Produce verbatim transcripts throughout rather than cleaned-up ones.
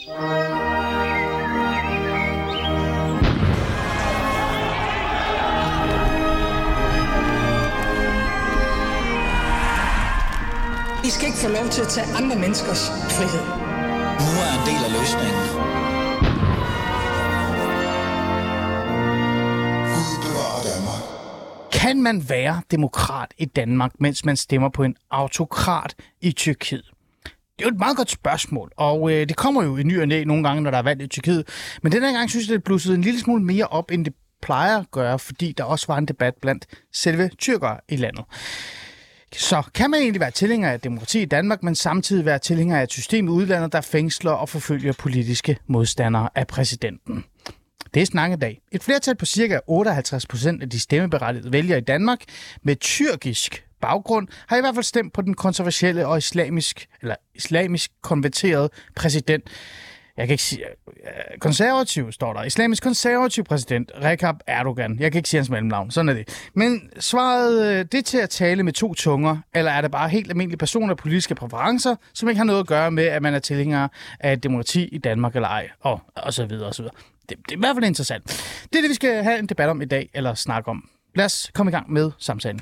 I skal ikke få lov til at tage andre menneskers frihed. Nu er en del af løsningen. Kan man være demokrat i Danmark, mens man stemmer på en autokrat i Tyrkiet? Det er jo et meget godt spørgsmål, og øh, det kommer jo i ny og næ nogle gange, når der er valgt i Tyrkiet. Men denne gang synes jeg, det blussede en lille smule mere op, end det plejer at gøre, fordi der også var en debat blandt selve tyrkere i landet. Så kan man egentlig være tilhænger af demokrati i Danmark, men samtidig være tilhænger af et system i udlandet, der fængsler og forfølger politiske modstandere af præsidenten? Det er snakkedag. Et flertal på ca. otteoghalvtreds procent af de stemmeberettigede vælgere i Danmark med tyrkisk baggrund har i hvert fald stemt på den kontroversielle og islamisk, eller islamisk konverterede præsident. Jeg kan ikke sige... Konservativ står der. Islamisk konservativ præsident Recep Erdogan. Jeg kan ikke sige hans mellemnavn. Sådan er det. Men svaret det til at tale med to tunger, eller er det bare helt almindelige personer og politiske præferencer, som ikke har noget at gøre med, at man er tilhænger af demokrati i Danmark eller ej, og, og så videre og så videre. Det, det er i hvert fald interessant. Det er det, vi skal have en debat om i dag, eller snakke om. Lad os komme i gang med samtalen.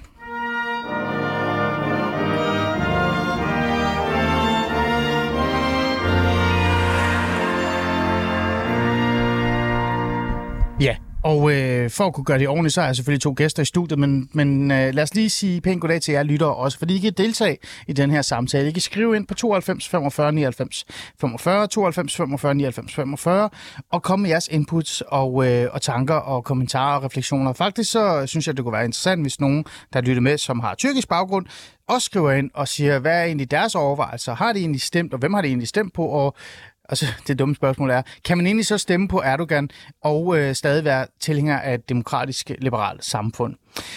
Ja, og øh, for at kunne gøre det ordentligt, så er jeg selvfølgelig to gæster i studiet, men, men øh, lad os lige sige pænt goddag til jer lyttere også, fordi I kan deltage i den her samtale. I kan skrive ind på tooghalvfems femogfyrre nioghalvfems femogfyrre, tooghalvfems femogfyrre nioghalvfems femogfyrre, og komme med jeres inputs og, øh, og tanker og kommentarer og refleksioner. Faktisk så synes jeg, det kunne være interessant, hvis nogen, der lytter med, som har tyrkisk baggrund, også skriver ind og siger, hvad er egentlig deres overvejelser? Har de egentlig stemt, og hvem har de egentlig stemt på? Og altså, det dumme spørgsmål er, kan man egentlig så stemme på Erdogan og øh, stadig være tilhænger af et demokratisk, liberalt samfund?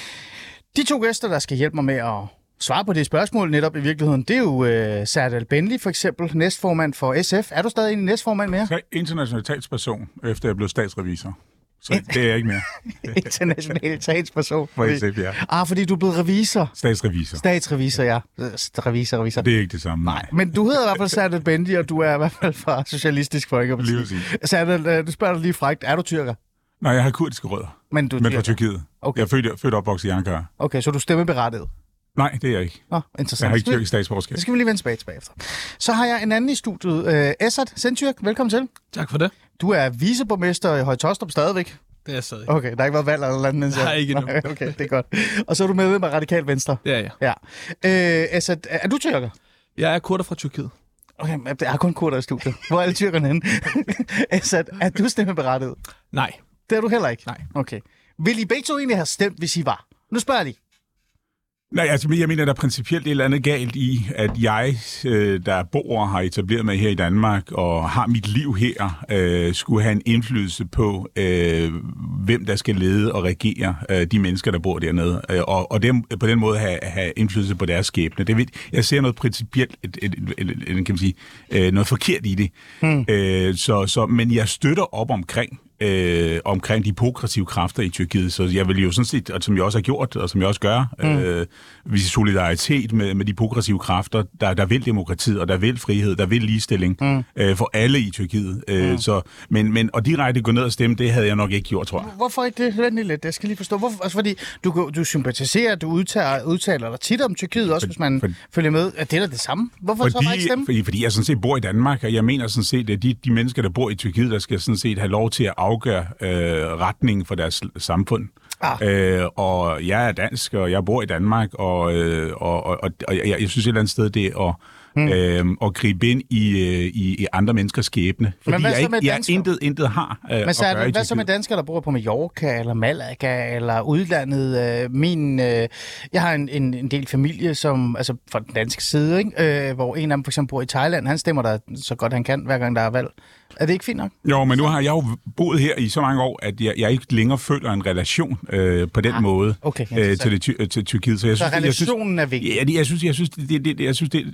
De to gæster, der skal hjælpe mig med at svare på det spørgsmål netop i virkeligheden, det er jo øh, Serdal Benli for eksempel, næstformand for S F. Er du stadig en næstformand mere? Jeg er international talsperson, efter jeg blev statsrevisor. Så det er jeg ikke mere. International talsperson. For S F, ja. Ah, fordi du er blevet revisor. Statsrevisor. Statsrevisor, ja. Revisor, revisor. Det er ikke det samme. Nej, men du hedder i hvert fald Serdal Benli, og du er i hvert fald fra Socialistisk Folkeparti. Lige præcis. Serdal, du spørger dig lige frækt, er du tyrker? Nej, jeg har kurdiske rødder. Men du er Men fra Tyrkiet. Okay. Jeg er født, født og opvokset i Ankara. Okay, så du stemmeberettiget? Nej, det er jeg ikke. Nå, interessant. Jeg har ikke tyrkisk statsborgerskab. Det skal vi lige vende tilbage tilbage efter. Så har jeg en anden i studiet. Uh, Esad Sentürk, velkommen til. Tak for det. Du er viceborgmester i Høje-Taastrup stadigvæk. Det er jeg stadig. Okay, der har ikke været valg eller andet. Nej, ikke endnu. Okay, det er godt. Og så er du med med Radikal Venstre. Det er jeg. Ja. Uh, Esad, er du tyrker? Jeg er kurder fra Tyrkiet. Okay, det er kun kurder i studiet. Hvor er alle tyrkerne henne? Esad, er du stemmeberettiget? Nej. Det er du heller ikke? Nej. Okay. Vil I begge to egentlig have stemt, hvis I var? Nu spørger jeg lige. Nej, altså, jeg mener, der er principielt et eller andet galt i, at jeg, øh, der bor og har etableret mig her i Danmark og har mit liv her, øh, skulle have en indflydelse på, øh, hvem der skal lede og regere øh, de mennesker, der bor dernede, øh, og, og dem, på den måde have, have indflydelse på deres skæbne. Det ved, jeg ser noget principielt, et, et, et, et, kan man sige, øh, noget forkert i det. Hmm. Øh, så, så, men jeg støtter op omkring, Øh, omkring de progressive kræfter i Tyrkiet. Så jeg vil jo sådan set, og som jeg også har gjort, og som jeg også gør, mm. øh, vise solidaritet med, med de progressive kræfter, der, der vil demokratiet, og der vil frihed, der vil ligestilling mm. øh, for alle i Tyrkiet. Øh, mm. så, men, men at direkte gå ned og stemme, det havde jeg nok ikke gjort, tror jeg. Hvorfor ikke det? Vent lidt, jeg skal lige forstå. Hvorfor? Altså, fordi du, du sympatiserer, du udtaler, udtaler dig tit om Tyrkiet, også for, hvis man for, følger med. Er det da det samme? Hvorfor fordi, så bare ikke stemme? Fordi, fordi jeg sådan set bor i Danmark, og jeg mener sådan set, at de, de mennesker, der bor i Tyrkiet, der skal sådan set have lov til at afgøre øh, retningen for deres samfund. Ah. Øh, og jeg er dansk, og jeg bor i Danmark, og, øh, og, og, og jeg, jeg synes et eller andet sted, det er at, hmm. øh, at gribe ind i, i, i andre menneskers skæbne. Fordi jeg, ikke, jeg intet, intet har øh, Men så er det, hvad så med danskere, der bor på Mallorca, eller Malaga, eller udlandet? Øh, min, øh, jeg har en, en, en del familie, som, altså fra den danske side, ikke? Øh, hvor en af dem for eksempel bor i Thailand. Han stemmer der så godt han kan, hver gang der er valg. Er det ikke fint nok? Jo, men nu har jeg jo boet her i så mange år, at jeg, jeg ikke længere føler en relation øh, på den ah, måde okay, øh, til, det, til Tyrkiet. Så, jeg synes, så relationen jeg synes, er vigtig? Ja, jeg synes, jeg synes, det, det, jeg synes, det, altså,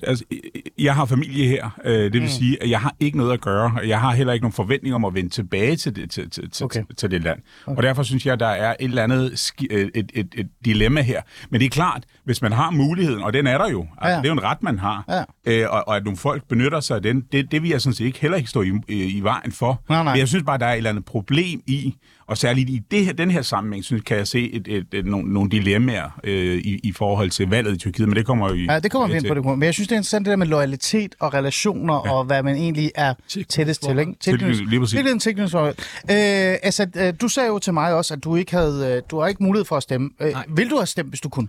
jeg har familie her. Øh, det vil mm. sige, at jeg har ikke noget at gøre. Jeg har heller ikke nogen forventning om at vende tilbage til det, til, til, okay. til, til det land. Okay. Og derfor synes jeg, at der er et eller andet et, et, et, et dilemma her. Men det er klart, hvis man har muligheden, og den er der jo. Altså, ja. Det er jo en ret, man har. Ja. Øh, og, og at nogle folk benytter sig af den, det, det vil jeg sådan set ikke heller ikke stå i, i, i vejen for. Nej, nej. Men jeg synes bare, der er et eller andet problem i, og særligt i det her, den her sammenhæng, synes, kan jeg se et, et, et, nogle, nogle dilemmaer øh, i, i forhold til valget i Tyrkiet, men det kommer jo i... Ja, det kommer vi ind på det. Men jeg synes, det er interessant det der med loyalitet og relationer, ja. Og hvad man egentlig er tættest til, ikke? Tilknytningsforhold. Øh, altså, du sagde jo til mig også, at du ikke havde, du har ikke mulighed for at stemme. Øh, vil du have stemt, hvis du kunne?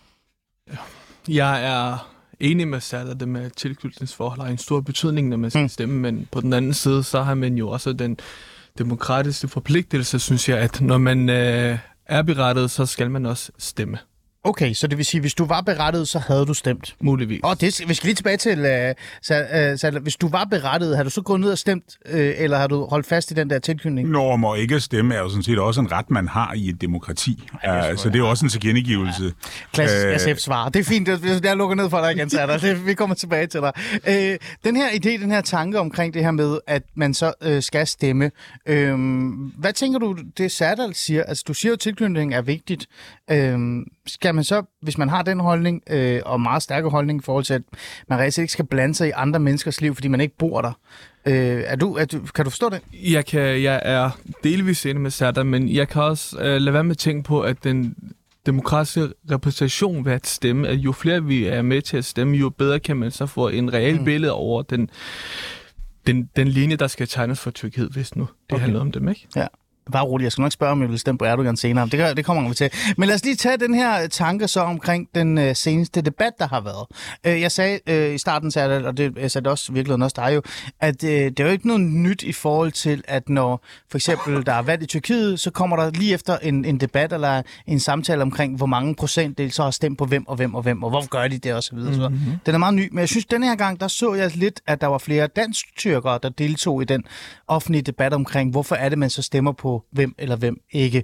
Jeg er enig med Sat, at det med tilknytningsforhold har en stor betydning, når man skal mm. stemme, men på den anden side, så har man jo også den demokratiske forpligtelse, synes jeg, at når man øh, er berettet, så skal man også stemme. Okay, så det vil sige, hvis du var berettet, så havde du stemt? Muligvis. Og det, vi skal lige tilbage til, uh, så, uh, så, hvis du var berettet, har du så gået ned og stemt, uh, eller har du holdt fast i den der tilknytning? Nå, må ikke stemme er jo sådan set også en ret, man har i et demokrati. Ja, uh, så det er jo også en tilkendegivelse. Ja. Klassisk uh, S F-svar. Det er fint, jeg, jeg lukker ned for dig igen, Sat. Det, vi kommer tilbage til dig. Uh, den her idé, den her tanke omkring det her med, at man så uh, skal stemme. Uh, hvad tænker du, det Sat siger? Altså, du siger jo, at tilknytning er vigtigt. Uh, skal man så, hvis man har den holdning, øh, og meget stærke holdning i forhold til, at man reelt ikke skal blande sig i andre menneskers liv, fordi man ikke bor der. Øh, er du, er du, kan du forstå det? Jeg, kan, jeg er delvis enig med Sata, men jeg kan også øh, lade være med at tænke på, at den demokratiske repræsentation ved at stemme, at jo flere vi er med til at stemme, jo bedre kan man så få en reel mm. billede over den, den, den linje, der skal tegnes for Tyrkiet, hvis nu det okay. handler om dem, ikke? Ja. Bare roligt, jeg skal nok spørge, om jeg vil stemme på Erdogan senere. Det, det kommer vi til. Men lad os lige tage den her tanke så omkring den øh, seneste debat, der har været. Øh, jeg sagde øh, i starten, sagde det, og det jeg sagde også virkelig også dig jo, at øh, det er jo ikke noget nyt i forhold til, at når for eksempel der er valgt i Tyrkiet, så kommer der lige efter en, en debat eller en samtale omkring, hvor mange procentdel så har stemt på hvem og hvem og hvem, og hvorfor gør de det osv. Mm-hmm. Den er meget ny, men jeg synes, denne her gang, der så jeg lidt, at der var flere dansk-tyrkere, der deltog i den offentlige debat omkring, hvorfor er det, man så stemmer på hvem eller hvem ikke.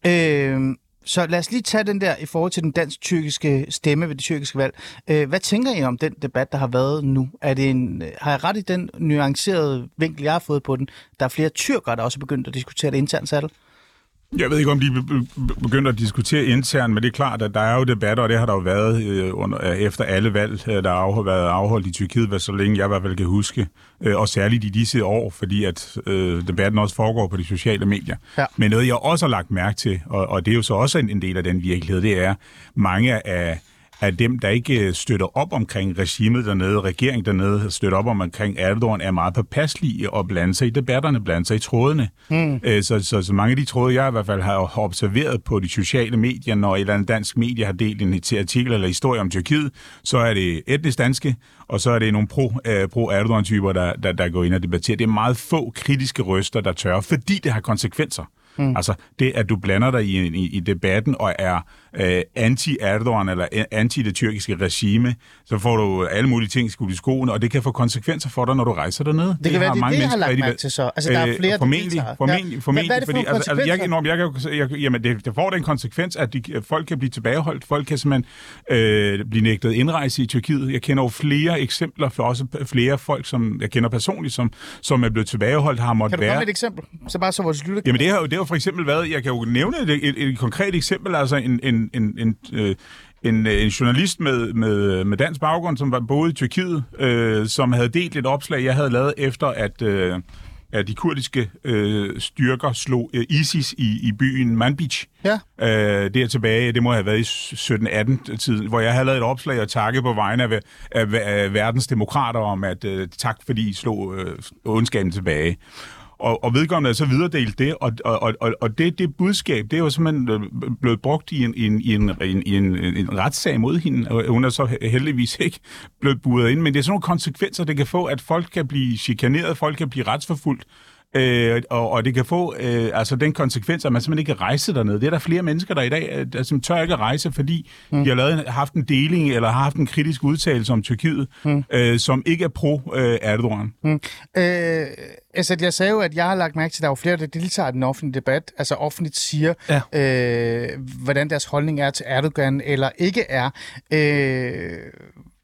Øh, så lad os lige tage den der i forhold til den dansk-tyrkiske stemme ved det tyrkiske valg. Øh, hvad tænker I om den debat, der har været nu? Er det en, har jeg ret i den nuancerede vinkel, jeg har fået på den? Der er flere tyrkere, der også er begyndt at diskutere det internt, Sattel. Jeg ved ikke, om de begynder at diskutere internt, men det er klart, at der er jo debatter, og det har der jo været øh, under, efter alle valg, der har været afholdt i Tyrkiet, så længe jeg i hvert fald kan huske, øh, og særligt i disse år, fordi at øh, debatten også foregår på de sociale medier. Ja. Men noget, jeg også har lagt mærke til, og, og det er jo så også en, en del af den virkelighed, det er mange af at dem, der ikke støtter op omkring regimet dernede, regeringen dernede, støtter op omkring Erdogan, er meget påpasselige at blande sig i debatterne, blande sig i trådene. Mm. Så, så, så mange af de tråde, jeg i hvert fald har observeret på de sociale medier, når et eller andet dansk medie har delt en artikel eller historie om Tyrkiet, så er det etnisk danske, og så er det nogle pro, uh, pro-Erdogan-typer, der, der, der går ind og debatterer. Det er meget få kritiske røster, der tør, fordi det har konsekvenser. Mm. Altså det, at du blander dig i, i, i debatten og er øh, anti-Erdogan eller anti det tyrkiske regime, så får du alle mulige ting skudt i skoene, og det kan få konsekvenser for dig, når du rejser dernede. Det, det kan være, det, det har lagt mærke til så. Altså der er flere, øh, formentlig, der formentlig, ja. formentlig, hvad er det for fordi, altså, altså, jeg, når, jeg, jeg, jeg, jamen, det, det får den konsekvens, at de, folk kan blive tilbageholdt, folk kan simpelthen øh, blive nægtet indrejse i Tyrkiet. Jeg kender jo flere eksempler, for også flere folk, som jeg kender personligt, som, som er blevet tilbageholdt, har måttet være. Kan du komme med et eksempel? Så bare så vores lytter. Jamen det har jo det har for eksempel været, jeg kan jo nævne et, et, et, et konkret eksempel, altså en, en, en, en, øh, en, en journalist med, med, med dansk baggrund, som var boet i Tyrkiet, øh, som havde delt et opslag, jeg havde lavet efter, at, øh, at de kurdiske øh, styrker slog øh, ISIS i, i byen Manbij. Ja. Øh, det er tilbage, det må have været i sytten atten-tiden, hvor jeg havde lavet et opslag og takke på vegne af, af, af verdens demokrater om, at øh, tak fordi I slog øh, ondskaben tilbage. Og, og vedkommende er så videredelt det, og, og, og, og det, det budskab, det er jo simpelthen blevet brugt i en, i en, i en, i en, en retssag mod hende, og hun er så heldigvis ikke blevet buret ind, men det er sådan nogle konsekvenser, det kan få, at folk kan blive chikaneret, folk kan blive retsforfulgt, Øh, og, og det kan få øh, altså den konsekvens, at man simpelthen ikke kan rejse dernede. Det er der flere mennesker, der i dag der, som tør ikke at rejse, fordi mm. de har lavet, haft en deling eller har haft en kritisk udtalelse om Tyrkiet, mm. øh, som ikke er pro-Erdogan. Øh, mm. øh, altså, jeg sagde jo, at jeg har lagt mærke til, at der er jo flere, der deltager i den offentlige debat, altså offentligt siger, ja. øh, hvordan deres holdning er til Erdogan eller ikke er. Øh,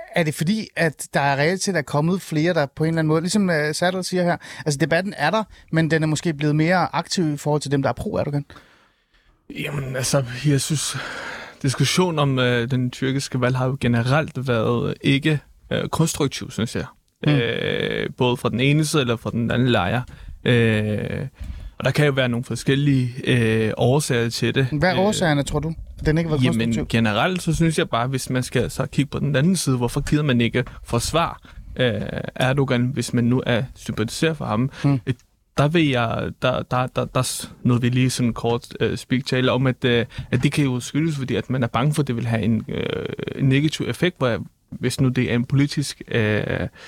er det fordi, at der er reelt set er kommet flere, der på en eller anden måde, ligesom uh, Serdal siger her, altså debatten er der, men den er måske blevet mere aktiv i forhold til dem, der er pro-Erdogan? Jamen altså, jeg synes, diskussionen om øh, den tyrkiske valg har jo generelt været ikke øh, konstruktiv, synes jeg. Mm. Øh, både fra den ene side eller fra den anden lejr. Øh, og der kan jo være nogle forskellige øh, årsager til det. Hvad er årsagerne, øh, tror du? Den ikke var konstruktiv? Jamen generelt, så synes jeg bare, hvis man skal så kigge på den anden side, hvorfor gider man ikke forsvare øh, Erdogan, hvis man nu er sympatiserer for ham? Mm. Et, Der vil jeg, der, der, der, der noget vi lige sådan kort uh, speak-tale om, at, uh, at det kan jo skyldes, fordi at man er bange for, at det vil have en, uh, en negativ effekt, hvor hvis nu det er en politisk, uh,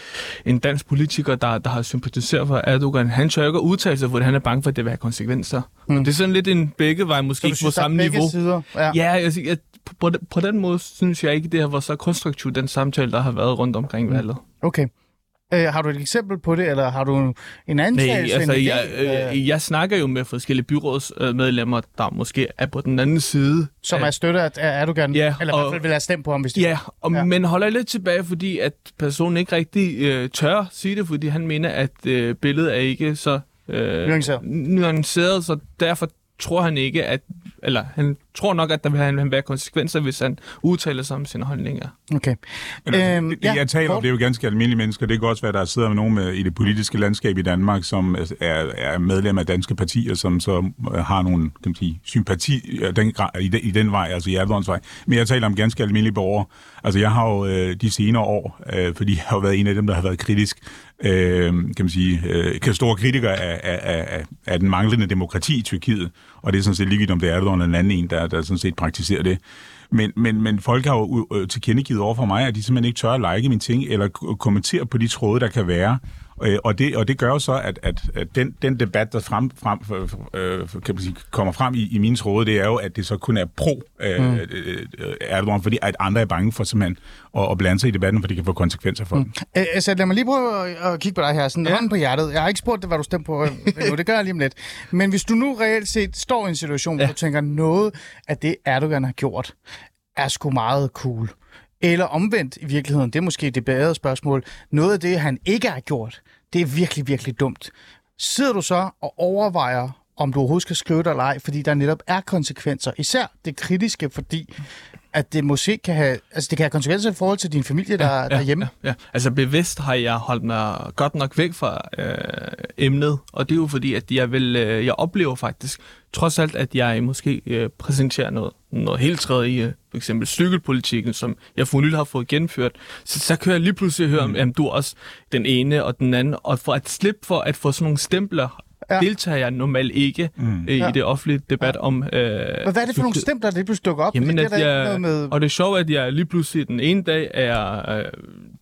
en dansk politiker, der, der har sympatiseret for Erdogan, han tør ikke udtale sig, fordi han er bange for, at det vil have konsekvenser. Mm. Det er sådan lidt en begge vej, måske ikke på samme niveau. Sider? Ja, ja altså, jeg, på, på den måde synes jeg ikke, det har været så konstruktivt, den samtale, der har været rundt omkring valget. Okay. Uh, har du et eksempel på det, eller har du en antagelse? Nej, altså, en jeg, øh, jeg snakker jo med forskellige byrådsmedlemmer, der måske er på den anden side. Som er støtter af Erdogan, ja, eller i hvert fald vil have stemt på ham, hvis de... Ja, og, ja, men holder lidt tilbage, fordi at personen ikke rigtig øh, tør sige det, fordi han mener, at øh, billedet er ikke så øh, nuanceret. nuanceret, så derfor tror han ikke, at eller han tror nok, at der vil have være konsekvenser, hvis han udtaler sig om sine holdninger. Okay. Men, øhm, det, ja, jeg taler om, det er jo ganske almindelige mennesker. Det kan også være, der sidder med nogen med, i det politiske landskab i Danmark, som er, er medlem af danske partier, som så har nogle, kan man sige, sympati den, i, den, i den vej, altså i Erdogans vej. Men jeg taler om ganske almindelige borgere. Altså jeg har jo øh, de senere år, øh, fordi jeg har jo været en af dem, der har været kritisk, øh, kan man sige, øh, store kritikere af, af, af, af den manglende demokrati i Tyrkiet. Og det er sådan set ligegyldigt, om det er Erdogan eller en anden en, der, der sådan set praktiserer det. Men, men, men folk har jo øh, tilkendegivet over for mig, at de simpelthen ikke tør at like mine ting, eller k- kommentere på de tråde, der kan være. Øh, og, det, og det gør jo så, at, at, at den, den debat, der frem, frem, øh, kan man sige, kommer frem i, i mine tråde, det er jo, at det så kun er pro øh, mm. øh, Erdogan, fordi at andre er bange for simpelthen at, at blande sig i debatten, for det kan få konsekvenser for mm. dem. Øh, så lad mig lige prøve at, at kigge på dig her, sådan ja. hånden på hjertet. Jeg har ikke spurgt dig, hvad du stemte på, jo, det gør jeg lige om lidt. Men hvis du nu reelt set står i en situation, hvor ja. du tænker, noget af det Erdogan har gjort, er sgu meget cool. Eller omvendt i virkeligheden, det er måske det bedre spørgsmål. Noget af det, han ikke har gjort, det er virkelig, virkelig dumt. Sidder du så og overvejer, om du overhovedet skal skrive dig eller ej, fordi der netop er konsekvenser. Især det kritiske, fordi at det måske kan have, altså det kan have konsekvenser i forhold til din familie, der ja, ja, derhjemme. Ja, ja. Altså bevidst har jeg holdt mig godt nok væk fra øh, emnet, og det er jo fordi, at jeg vil, øh, jeg oplever faktisk, trods alt, at jeg måske øh, præsenterer noget, noget helt tredje i øh, for eksempel cykelpolitikken, som jeg for nylig har fået gennemført, så, så kan jeg lige pludselig høre, mm. om du er også den ene og den anden, og for at slippe for at få sådan nogle stempler, ja. deltager jeg normalt ikke mm. øh, ja. i det offentlige debat ja. om... Øh, Men hvad er det for nogle stempler, der lige pludselig dukker op? Jamen, det, at der jeg, med... Og det er sjovt, at jeg lige pludselig den ene dag er øh,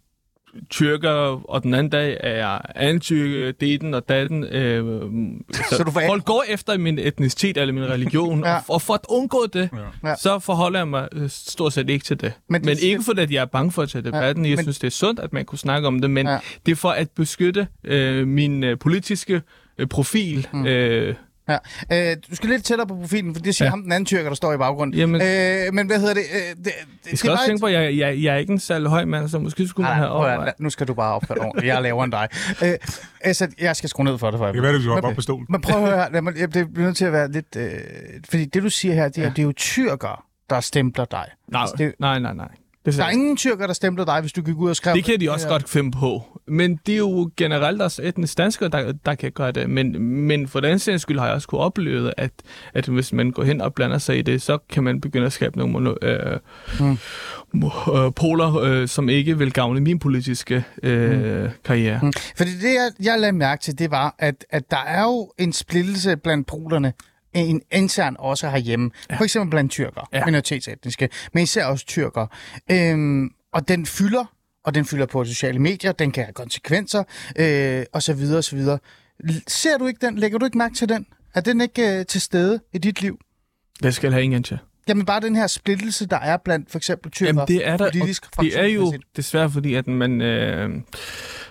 tyrker, og den anden dag er jeg anti-deten og daten. Øh, så så du får... Folk går efter min etnicitet eller min religion, ja. og, og for at undgå det, ja. så forholder jeg mig stort set ikke til det. Men, men ikke fordi, at jeg er bange for at tage debatten. Ja. Jeg men... synes, det er sundt, at man kunne snakke om det, men ja. det er for at beskytte øh, min øh, politiske profil. Mm. Øh. Ja. Øh, du skal lidt tættere på profilen, for det siger ja. ham den anden tyrker, der står i baggrunden. Jamen, øh, men hvad hedder det? Øh, det, det jeg skal også tænke på, at jeg, jeg, jeg er ikke en særlig høj mand, så måske skulle nej, man have over. Nu skal du bare opføre ordentligt. Jeg er lavere end dig. Øh, altså, jeg skal skrue ned for det. For det kan være, du skal hoppe op på stolen. Men prøv at høre her. Det bliver nødt til at være lidt... Øh, fordi det, du siger her, det er, ja. det er jo tyrkere, der stempler dig. Nej, altså, det, nej, nej, nej. Der er ingen tyrker, der stempler dig, hvis du gik ud og skrev... Det kan de også ja. godt finde på. Men det er jo generelt også etnisk danskere, der, der kan gøre det. Men, men for den sags skyld har jeg også kunne opleve, at, at hvis man går hen og blander sig i det, så kan man begynde at skabe nogle øh, hmm. øh, poler, øh, som ikke vil gavne min politiske øh, hmm. karriere. Hmm. Fordi det, jeg, jeg lagde mærke til, det var, at, at der er jo en splittelse blandt polerne, en intern også herhjemme. Ja. For eksempel blandt tyrkere, ja. minoritetsetniske, men især også tyrkere. Øhm, og den fylder, og den fylder på sociale medier, den kan have konsekvenser, øh, og så videre, og så videre. Ser du ikke den? Lægger du ikke mærke til den? Er den ikke øh, til stede i dit liv? Det skal jeg have ingen til. Jamen bare den her splittelse, der er blandt for eksempel tyrkere. Jamen det er der, politisk og det er jo desværre fordi, at man... Øh,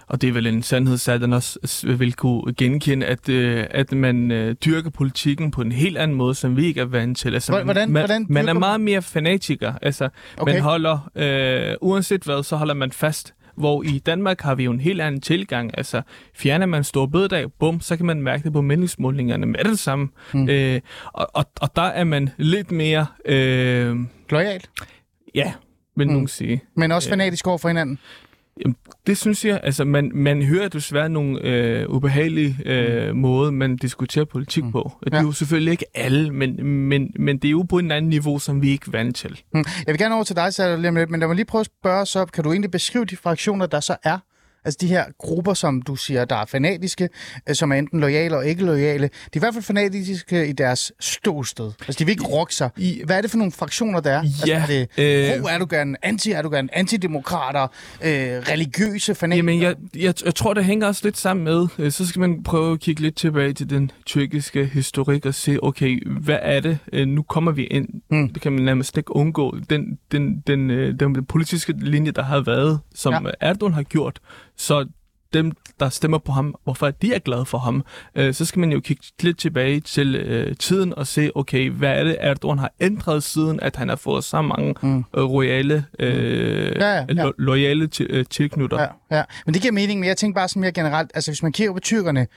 og det er vel en sandhed, så den også vil kunne genkende, at, øh, at man øh, dyrker politikken på en helt anden måde, som vi ikke er vant til. Altså, hvordan, man, hvordan man er meget mere fanatiker. Altså, okay. Man holder, øh, uanset hvad, så holder man fast. Hvor i Danmark har vi jo en helt anden tilgang. Altså, fjerner man store bededag, bum, så kan man mærke det på meningsmålingerne med det samme. Mm. Øh, og, og, og der er man lidt mere... Øh, loyal? Ja, vil mm. nogen sige. Men også fanatisk over for hinanden? Jamen, det synes jeg. Altså, man, man hører desværre nogle øh, ubehagelige øh, mm. måder, man diskuterer politik mm. på. Det er ja. jo selvfølgelig ikke alle, men, men, men det er jo på en anden niveau, som vi ikke er vant til. Mm. Jeg vil gerne over til dig, Serdal, men lad mig lige prøve at spørge så, kan du egentlig beskrive de fraktioner, der så er? Altså de her grupper, som du siger, der er fanatiske, som er enten loyale og ikke loyale, de er i hvert fald fanatiske i deres ståsted. Altså de vil ikke rokke sig. Hvad er det for nogle fraktioner, der er? Ja, altså, er det øh... pro-Erdogan, anti-Erdogan, antidemokrater, øh, religiøse fanatikere? Jamen, jeg, jeg, jeg tror, det hænger også lidt sammen med. Så skal man prøve at kigge lidt tilbage til den tyrkiske historik og se, okay, hvad er det? Nu kommer vi ind. Hmm. Det kan man nærmest ikke undgå. Den, den, den, den, den politiske linje, der har været, som ja. Erdogan har gjort, så dem, der stemmer på ham, hvorfor de er glade for ham, øh, så skal man jo kigge lidt tilbage til øh, tiden og se, okay, hvad er det, Erdogan har ændret siden, at han har fået så mange mm. øh, royale, øh, ja, ja, ja. Lo- loyale til, øh, tilknytter. Ja, ja. Men det giver mening, men jeg tænker bare sådan mere generelt, altså hvis man kigger på tyrkerne,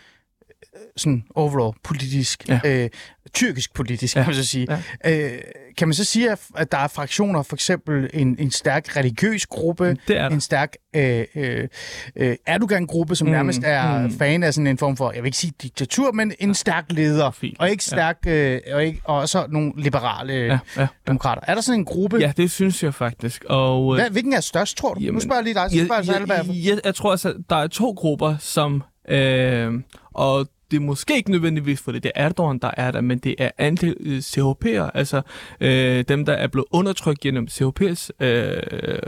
sådan overall politisk, ja. øh, tyrkisk politisk, ja. kan man så sige. Ja. Øh, kan man så sige, at der er fraktioner, for eksempel en, en stærk religiøs gruppe, en stærk øh, øh, Erdogan-gruppe, som mm, nærmest er mm. fan af sådan en form for, jeg vil ikke sige diktatur, men en stærk leder, Fint. og ikke stærk, ja. øh, og, ikke, og også nogle liberale ja, ja, demokrater. Er der sådan en gruppe? Ja, det synes jeg faktisk. Og, Hvad, hvilken er størst, tror du? Jamen, nu spørger jeg lige dig, så spørger jeg, jeg, jeg, jeg, jeg tror altså, der er to grupper, som... Øh, og det er måske ikke nødvendigvis, fordi det er Erdogan, der er der, men det er anti-C H P'er, altså øh, dem, der er blevet undertrykt gennem C H P's øh,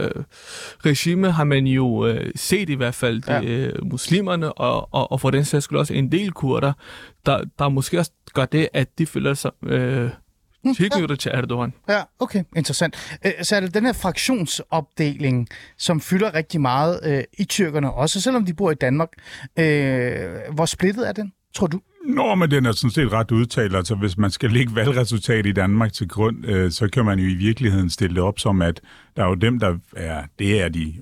regime, har man jo øh, set i hvert fald de, øh, muslimerne, og, og, og for den sags skyld også en del kurder, der, der måske også gør det, at de føler sig... Øh, tilknyttet ja. til Erdogan. Ja, okay. Interessant. Så er det den her fraktionsopdeling, som fylder rigtig meget øh, i tyrkerne, også selvom de bor i Danmark. Øh, hvor splittet er den, tror du? Nå, men den er sådan set ret udtalt. Altså, hvis man skal lægge valgresultat i Danmark til grund, øh, så kan man jo i virkeligheden stille det op som, at der er jo dem, der er, det er de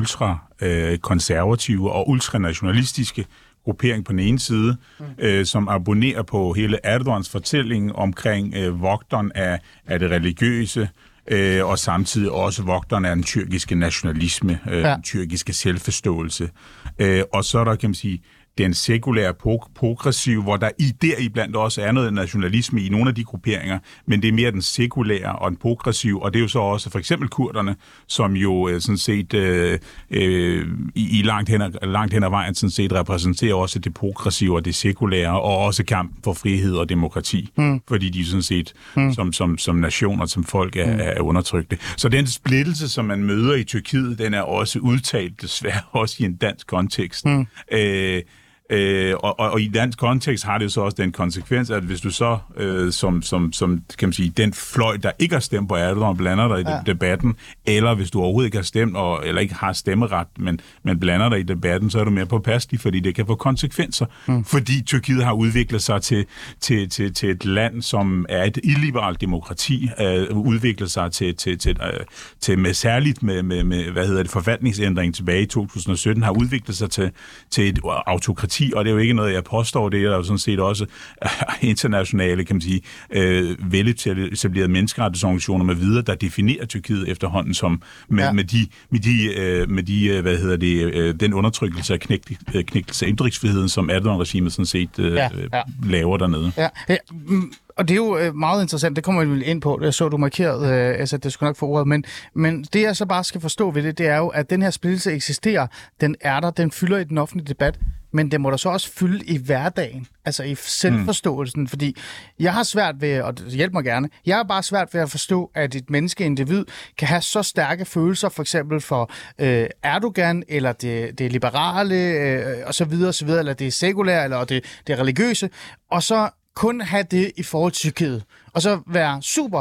ultra-konservative øh, og ultranationalistiske gruppering på den ene side, mm. øh, som abonnerer på hele Erdogans fortælling omkring øh, vogteren af, af det religiøse, øh, og samtidig også vogteren af den tyrkiske nationalisme, øh, ja. den tyrkiske selvforståelse. Øh, og så er der, kan man sige, den sekulære progressiv, hvor der i deriblandt også er noget nationalisme i nogle af de grupperinger, men det er mere den sekulære og den progressiv, og det er jo så også for eksempel kurderne, som jo øh, sådan set øh, øh, i, i langt, hen ad, langt hen ad vejen sådan set repræsenterer også det progressive og det sekulære, og også kampen for frihed og demokrati, mm. fordi de sådan set mm. som, som, som nation og som folk er, mm. er undertrykte. Så den splittelse, som man møder i Tyrkiet, den er også udtalt desværre også i en dansk kontekst. Mm. Øh, Øh, og, og, og i dansk kontekst har det så også den konsekvens, at hvis du så, øh, som, som, som kan man sige, den fløj, der ikke har stemt på Erdogan, blander dig i ja. debatten, eller hvis du overhovedet ikke har stemt, og, eller ikke har stemmeret, men, men blander dig i debatten, så er du mere påpasselig, fordi det kan få konsekvenser. Mm. Fordi Tyrkiet har udviklet sig til, til, til, til et land, som er et illiberalt demokrati, øh, udviklet sig til, til, til, øh, til med særligt med, med, med, hvad hedder det, forfatningsændring tilbage i to tusind og sytten, har udviklet sig til, til et autokrati, og det er jo ikke noget, jeg påstår, det er jo sådan set også internationale, kan man sige, øh, veletablerede menneskerettighedsorganisationer med videre, der definerer Tyrkiet efterhånden som med, ja. med de, med de, øh, med de hvad hedder det, øh, den undertrykkelse af knægtelse af ytringsfriheden, som Erdogan-regimet sådan set øh, ja, ja. laver dernede. Ja. Ja. Og det er jo meget interessant, det kommer vi ind på, jeg så du markeret, øh, altså det skulle nok få ordet, men, men det jeg så bare skal forstå ved det, det er jo, at den her splittelse eksisterer, den er der, den fylder i den offentlige debat, men det må der så også fylde i hverdagen, altså i selvforståelsen, mm. fordi jeg har svært ved, og hjælp mig gerne, jeg har bare svært ved at forstå, at et menneskeindivid kan have så stærke følelser, for eksempel for øh, Erdogan, eller det, det liberale, øh, og så videre, og så videre, eller det sekulære, eller det, det religiøse, og så kun have det i forhold til Tyrkiet, og så være super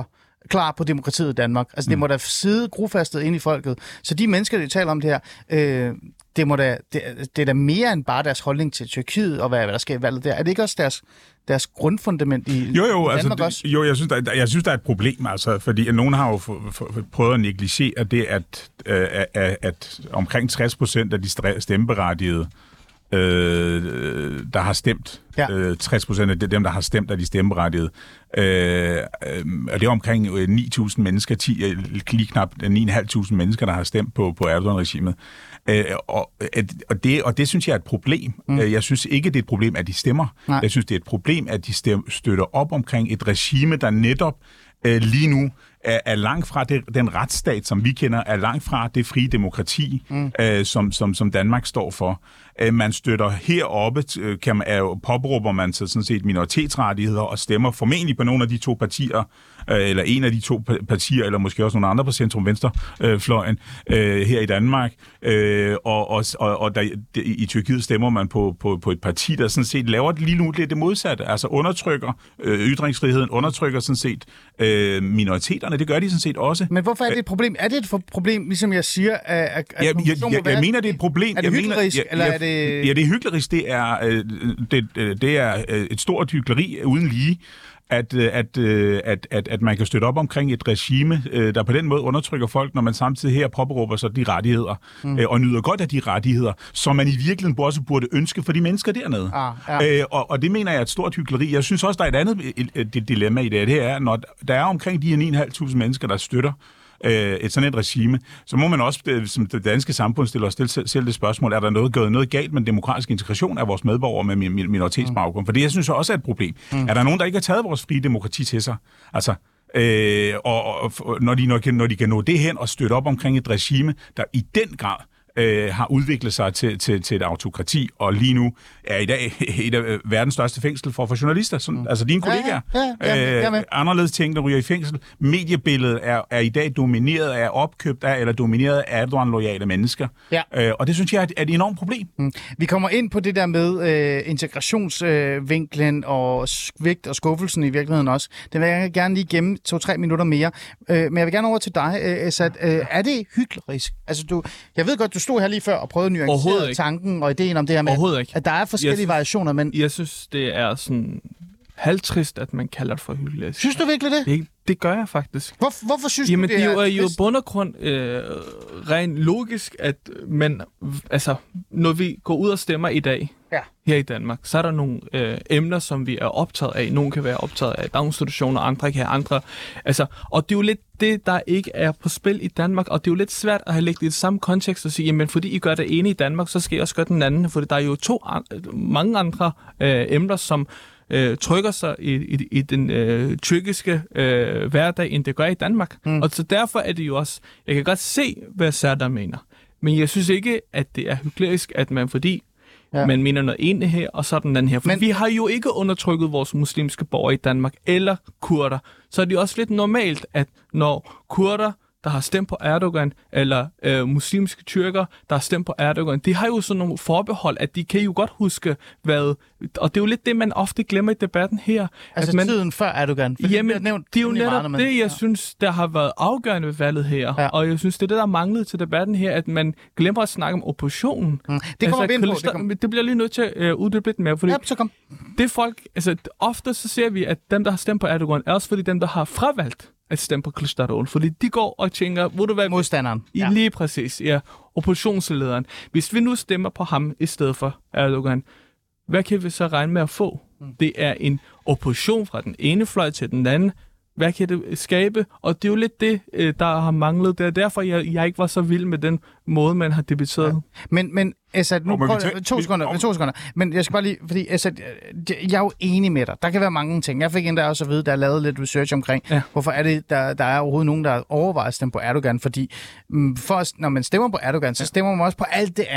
klar på demokratiet i Danmark. Altså, det mm. må da sidde grofastet ind i folket. Så de mennesker, de taler om det her, øh, det, må da, det, det er da mere end bare deres holdning til Tyrkiet og hvad, hvad der sker i valget der. Er det ikke også deres, deres grundfundament i, jo, jo, i Danmark altså, også? Jo, jeg synes, der, jeg synes, der er et problem, altså, fordi nogen har jo for, for, prøvet at negligere det, at, øh, at, at omkring tres procent af de stemmeberettigede, øh, der har stemt, ja. øh, tres procent af dem, der har stemt, er de stemmeberettigede, øh, øh, og det er omkring ni tusind mennesker, ti, lige knap ni tusind fem hundrede mennesker, der har stemt på, på Erdogan-regimet. Øh, og, og, det, og det synes jeg er et problem. Mm. Jeg synes ikke, det er et problem, at de stemmer. Nej. Jeg synes, det er et problem, at de stem, støtter op omkring et regime, der netop øh, lige nu er, er langt fra det, den retsstat, som vi kender, er langt fra det frie demokrati, mm. øh, som, som, som Danmark står for. Øh, man støtter heroppe, kan man, er, påberåber man sig sådan set minoritetsrettigheder og stemmer formentlig på nogle af de to partier, øh, eller en af de to partier, eller måske også nogle andre på centrum-venstrefløjen øh, her i Danmark. Øh, og og, og der, de, i Tyrkiet stemmer man på, på, på et parti, der sådan set laver det lige nu lidt det modsatte, altså undertrykker øh, ytringsfriheden, undertrykker sådan set øh, minoriteterne. Det gør de sådan set også. Men hvorfor er det et problem? Er det et problem, ligesom jeg siger, at, at ja, jeg, jeg, jeg, jeg mener, det er et problem. Er det hyklerisk, jeg, eller jeg, er det... Ja, det er hyklerisk. Det er, øh, det, det er et stort hykleri uden lige, at, at, at, at, at man kan støtte op omkring et regime, der på den måde undertrykker folk, når man samtidig her påberåber sig de rettigheder, mm. og nyder godt af de rettigheder, som man i virkeligheden også burde ønske for de mennesker dernede. Ah, ja. øh, og, og det mener jeg er et stort hykleri. Jeg synes også, der er et andet et, et dilemma i det. Det er, når der er omkring de her ni tusind fem hundrede mennesker, der støtter et sådan et regime, så må man også, som det danske samfund, stille os selv, selv det spørgsmål, er der noget gået noget galt med den demokratiske integration af vores medborgere med minoritetsbaggrund? For det, jeg synes også er et problem. Mm. Er der nogen, der ikke har taget vores frie demokrati til sig? Altså, øh, og, og når, de, når, de, når de kan nå det hen og støtte op omkring et regime, der i den grad Øh, har udviklet sig til, til, til et autokrati, og lige nu er i dag et af verdens største fængsel for, for journalister. Sådan, mm. Altså dine kollegaer. Ja, ja, ja, ja, øh, anderledes ting, der ryger i fængsel. Mediebilledet er, er i dag domineret af, opkøbt af, eller domineret af Erdogan-loyale mennesker. Ja. Øh, og det synes jeg er, er et enormt problem. Mm. Vi kommer ind på det der med øh, integrationsvinklen øh, og svigt og skuffelsen i virkeligheden også. Det vil jeg gerne lige gemme to-tre minutter mere. Øh, men jeg vil gerne over til dig, øh, Esad. Øh, er det hyklerisk? Altså, du, jeg ved godt, du stod her lige før og prøvede at nuancere tanken og ideen om det her med, at der er forskellige synes, variationer, men... Jeg synes, det er sådan halvtrist, at man kalder det for hyklerisk. Synes du virkelig det? Det, det gør jeg faktisk. Hvor, hvorfor synes Jamen, du, det er Jamen, det er jo bund og grund øh, rent logisk, at man, altså, når vi går ud og stemmer i dag, ja. her i Danmark, så er der nogle øh, emner, som vi er optaget af. Nogle kan være optaget af daginstitutioner, andre kan have andre. Altså, og det er jo lidt det, der ikke er på spil i Danmark, og det er jo lidt svært at have lægget i det samme kontekst og sige, jamen fordi I gør det ene i Danmark, så skal I også gøre den anden, for der er jo to an- mange andre øh, emner, som øh, trykker sig i, i, i den øh, tyrkiske øh, hverdag, end det gør i Danmark. Mm. Og så derfor er det jo også, jeg kan godt se, hvad Serdar mener, men jeg synes ikke, at det er hyklerisk, at man fordi ja. man mener noget ene her, og så den anden her. For men vi har jo ikke undertrykket vores muslimske borgere i Danmark, eller kurder. Så er det også lidt normalt, at når kurder, der har stemt på Erdogan, eller øh, muslimske tyrker, der har stemt på Erdogan, de har jo sådan nogle forbehold, at de kan jo godt huske, hvad... Og det er jo lidt det, man ofte glemmer i debatten her. Altså at man, tiden før Erdogan? Jamen, det, nævnt, det er jo netop meget, men, det, jeg ja. synes, der har været afgørende ved valget her. Ja. Og jeg synes, det er det, der manglede til debatten her, at man glemmer at snakke om oppositionen. Mm. Det kommer altså, vi ind på. Det, kom... det bliver lige nødt til at uh, uddybe lidt mere, fordi ja, så kom. det folk... Altså, ofte så ser vi, at dem, der har stemt på Erdogan, er også fordi dem, der har fravalgt at stemme på Kılıçdaroğlu, fordi de går og tænker, hvor du hvad... Modstanderen. Ja. Lige præcis, ja. Oppositionslederen. Hvis vi nu stemmer på ham i stedet for Erdogan, hvad kan vi så regne med at få? Mm. Det er en opposition fra den ene fløj til den anden. Hvad kan det skabe? Og det er jo lidt det, der har manglet. Det er derfor, jeg, jeg ikke var så vild med den måde, man har debatteret. Ja. Men, men Esad, nu prøv, to, sekunder, to sekunder. Men jeg skal bare lige, fordi Esad, jeg er jo enig med dig. Der kan være mange ting. Jeg fik endda også at vide, der er lavet lidt research omkring, ja. hvorfor er det, der, der er overhovedet nogen, der overvejer at stemme på Erdogan. Fordi for, når man stemmer på Erdogan, så stemmer man også på alt det andet.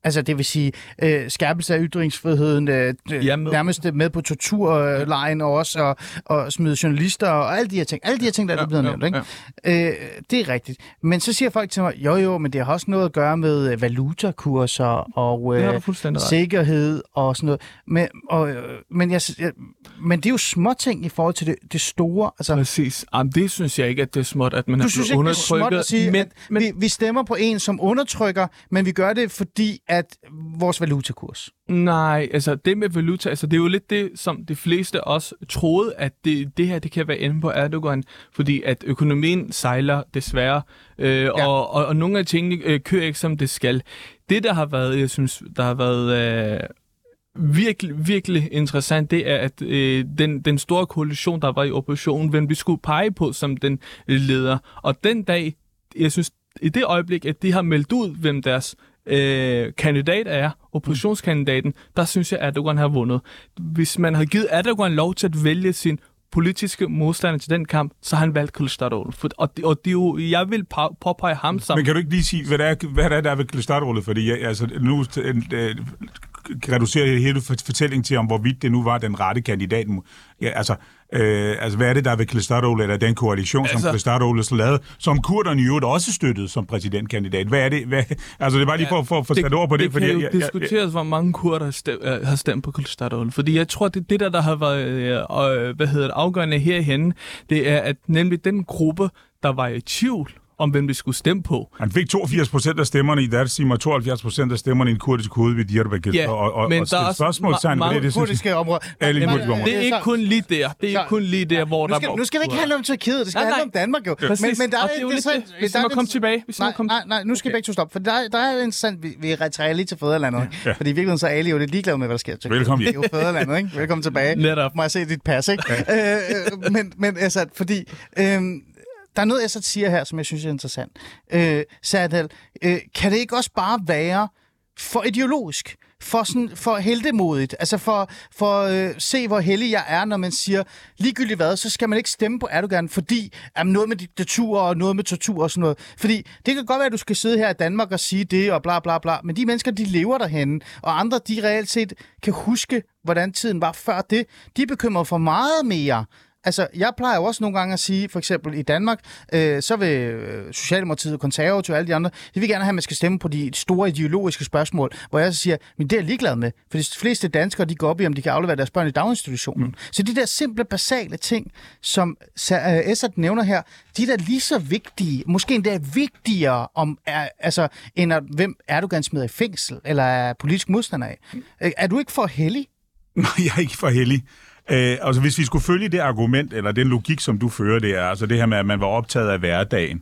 Altså, det vil sige, øh, skærpelse af ytringsfriheden, øh, med. nærmest med på torturlejen og også, og, og smide journalister og alle de her ting. Alle de her ting, der er ja, blevet ja, nævnt, ikke? Ja. Øh, det er rigtigt. Men så siger folk til mig, jo jo, men det har også noget at gøre med valutakurser og øh, sikkerhed og sådan noget. Men, og, men, jeg, jeg, men det er jo småting i forhold til det, det store. Altså, præcis. Jamen, det synes jeg ikke, at det er småt, at man har blevet undertrykket. Du synes ikke, det er småt at sige, men, at men, vi, vi stemmer på en, som undertrykker, men vi gør det, fordi at vores valutakurs. Nej, altså det med valuta, altså det er jo lidt det, som de fleste også troede, at det, det her, det kan være inde på Erdogan, fordi at økonomien sejler desværre, øh, ja. og, og, og nogle af tingene øh, kører ikke, som det skal. Det, der har været, jeg synes, der har været øh, virkelig, virkelig interessant, det er, at øh, den, den store koalition, der var i oppositionen, hvem vi skulle pege på som den leder. Og den dag, jeg synes, i det øjeblik, at de har meldt ud, hvem deres øh, kandidat er, oppositionskandidaten, der synes jeg, at Erdogan har vundet. Hvis man havde givet Erdogan lov til at vælge sin politiske modstander til den kamp, så har han valgt Kılıçdaroğlu. Og, og det er jo, jeg vil på, påpege ham som... Men kan du ikke lige sige, hvad der er, hvad der er, der er ved Kılıçdaroğlu? Fordi jeg, altså, nu øh, reducerer jeg hele fortællingen til, om hvorvidt det nu var den rette kandidat. Ja, altså, øh, altså, hvad er det, der er ved Kılıçdaroğlu, eller den koalition, altså, som Kılıçdaroğlu så lavede, som kurderne jo også støttede som præsidentkandidat? Hvad er det? Hvad, altså, det er bare lige for, for, for at få sat ord på det. Det fordi kan jo jeg, diskuteres, jeg, jeg, hvor mange kurder har stemt, har stemt på Kılıçdaroğlu. Fordi jeg tror, det er det, der, der har været øh, hvad hedder det, afgørende herhenne, det er, at nemlig den gruppe, der var i tvivl om hvem vi skulle stemme på. Han fik toogfirs procent af stemmerne i Dersim og tooghalvfjerds procent af stemmerne i en kurdisk hoved ved Diyarbakir. Ja, og, og, men og der er spørgsmålstegn ma- på det, det synes kurdiske områder. Alle men, kurdiske områder. Det er ikke kun lige der. Det er ikke kun lige der, hvor nu skal, der... Nu skal det ikke handle om Tyrkiet, det skal nej, nej. handle om Danmark jo. Ja. Men, men der og er, det er jo det, lidt det, det. Hvis vi må komme tilbage. Hvis nej, komme... nej, nej, nu skal okay. begge to stoppe. For der, der er interessant, vi, vi retrager lige til fædrelandet. Ja. Fordi i virkeligheden så er Ali jo lidt ligeglad med, hvad der sker. Velkommen. Det er jo fædrelandet, ikke? Velkommen tilbage. Netop. Må jeg se dit pas, ikke? Ja. Øh, men, men altså, fordi... Øh, der er noget, jeg så siger her, som jeg synes er interessant. Øh, Serdal, øh, kan det ikke også bare være for ideologisk? For, sådan, for heldemodigt? Altså for, for øh, se, hvor heldig jeg er, når man siger, ligegyldigt hvad, så skal man ikke stemme på Erdogan, fordi jamen, noget med diktatur og noget med tortur og sådan noget. Fordi det kan godt være, at du skal sidde her i Danmark og sige det og bla bla bla, men de mennesker, de lever derhenne, og andre, de reelt set kan huske, hvordan tiden var før det. De er bekymret for meget mere. Altså, jeg plejer jo også nogle gange at sige, for eksempel i Danmark, øh, så vil øh, Socialdemokratiet, Konservative og alle de andre, de vil gerne have, at man skal stemme på de store ideologiske spørgsmål, hvor jeg så siger, men det er jeg ligeglad med, for de fleste danskere, de går op i, om de kan aflevere deres børn i daginstitutionen. Mm. Så de der simple, basale ting, som Essad nævner her, de er da lige så vigtige, måske endda vigtigere, om, er, altså, end at, hvem Erdogan smider i fængsel, eller er politisk modstander af. Mm. Er du ikke for heldig? Nej, jeg er ikke for heldig. Øh, altså, hvis vi skulle følge det argument, eller den logik, som du fører, det er, altså det her med, at man var optaget af hverdagen,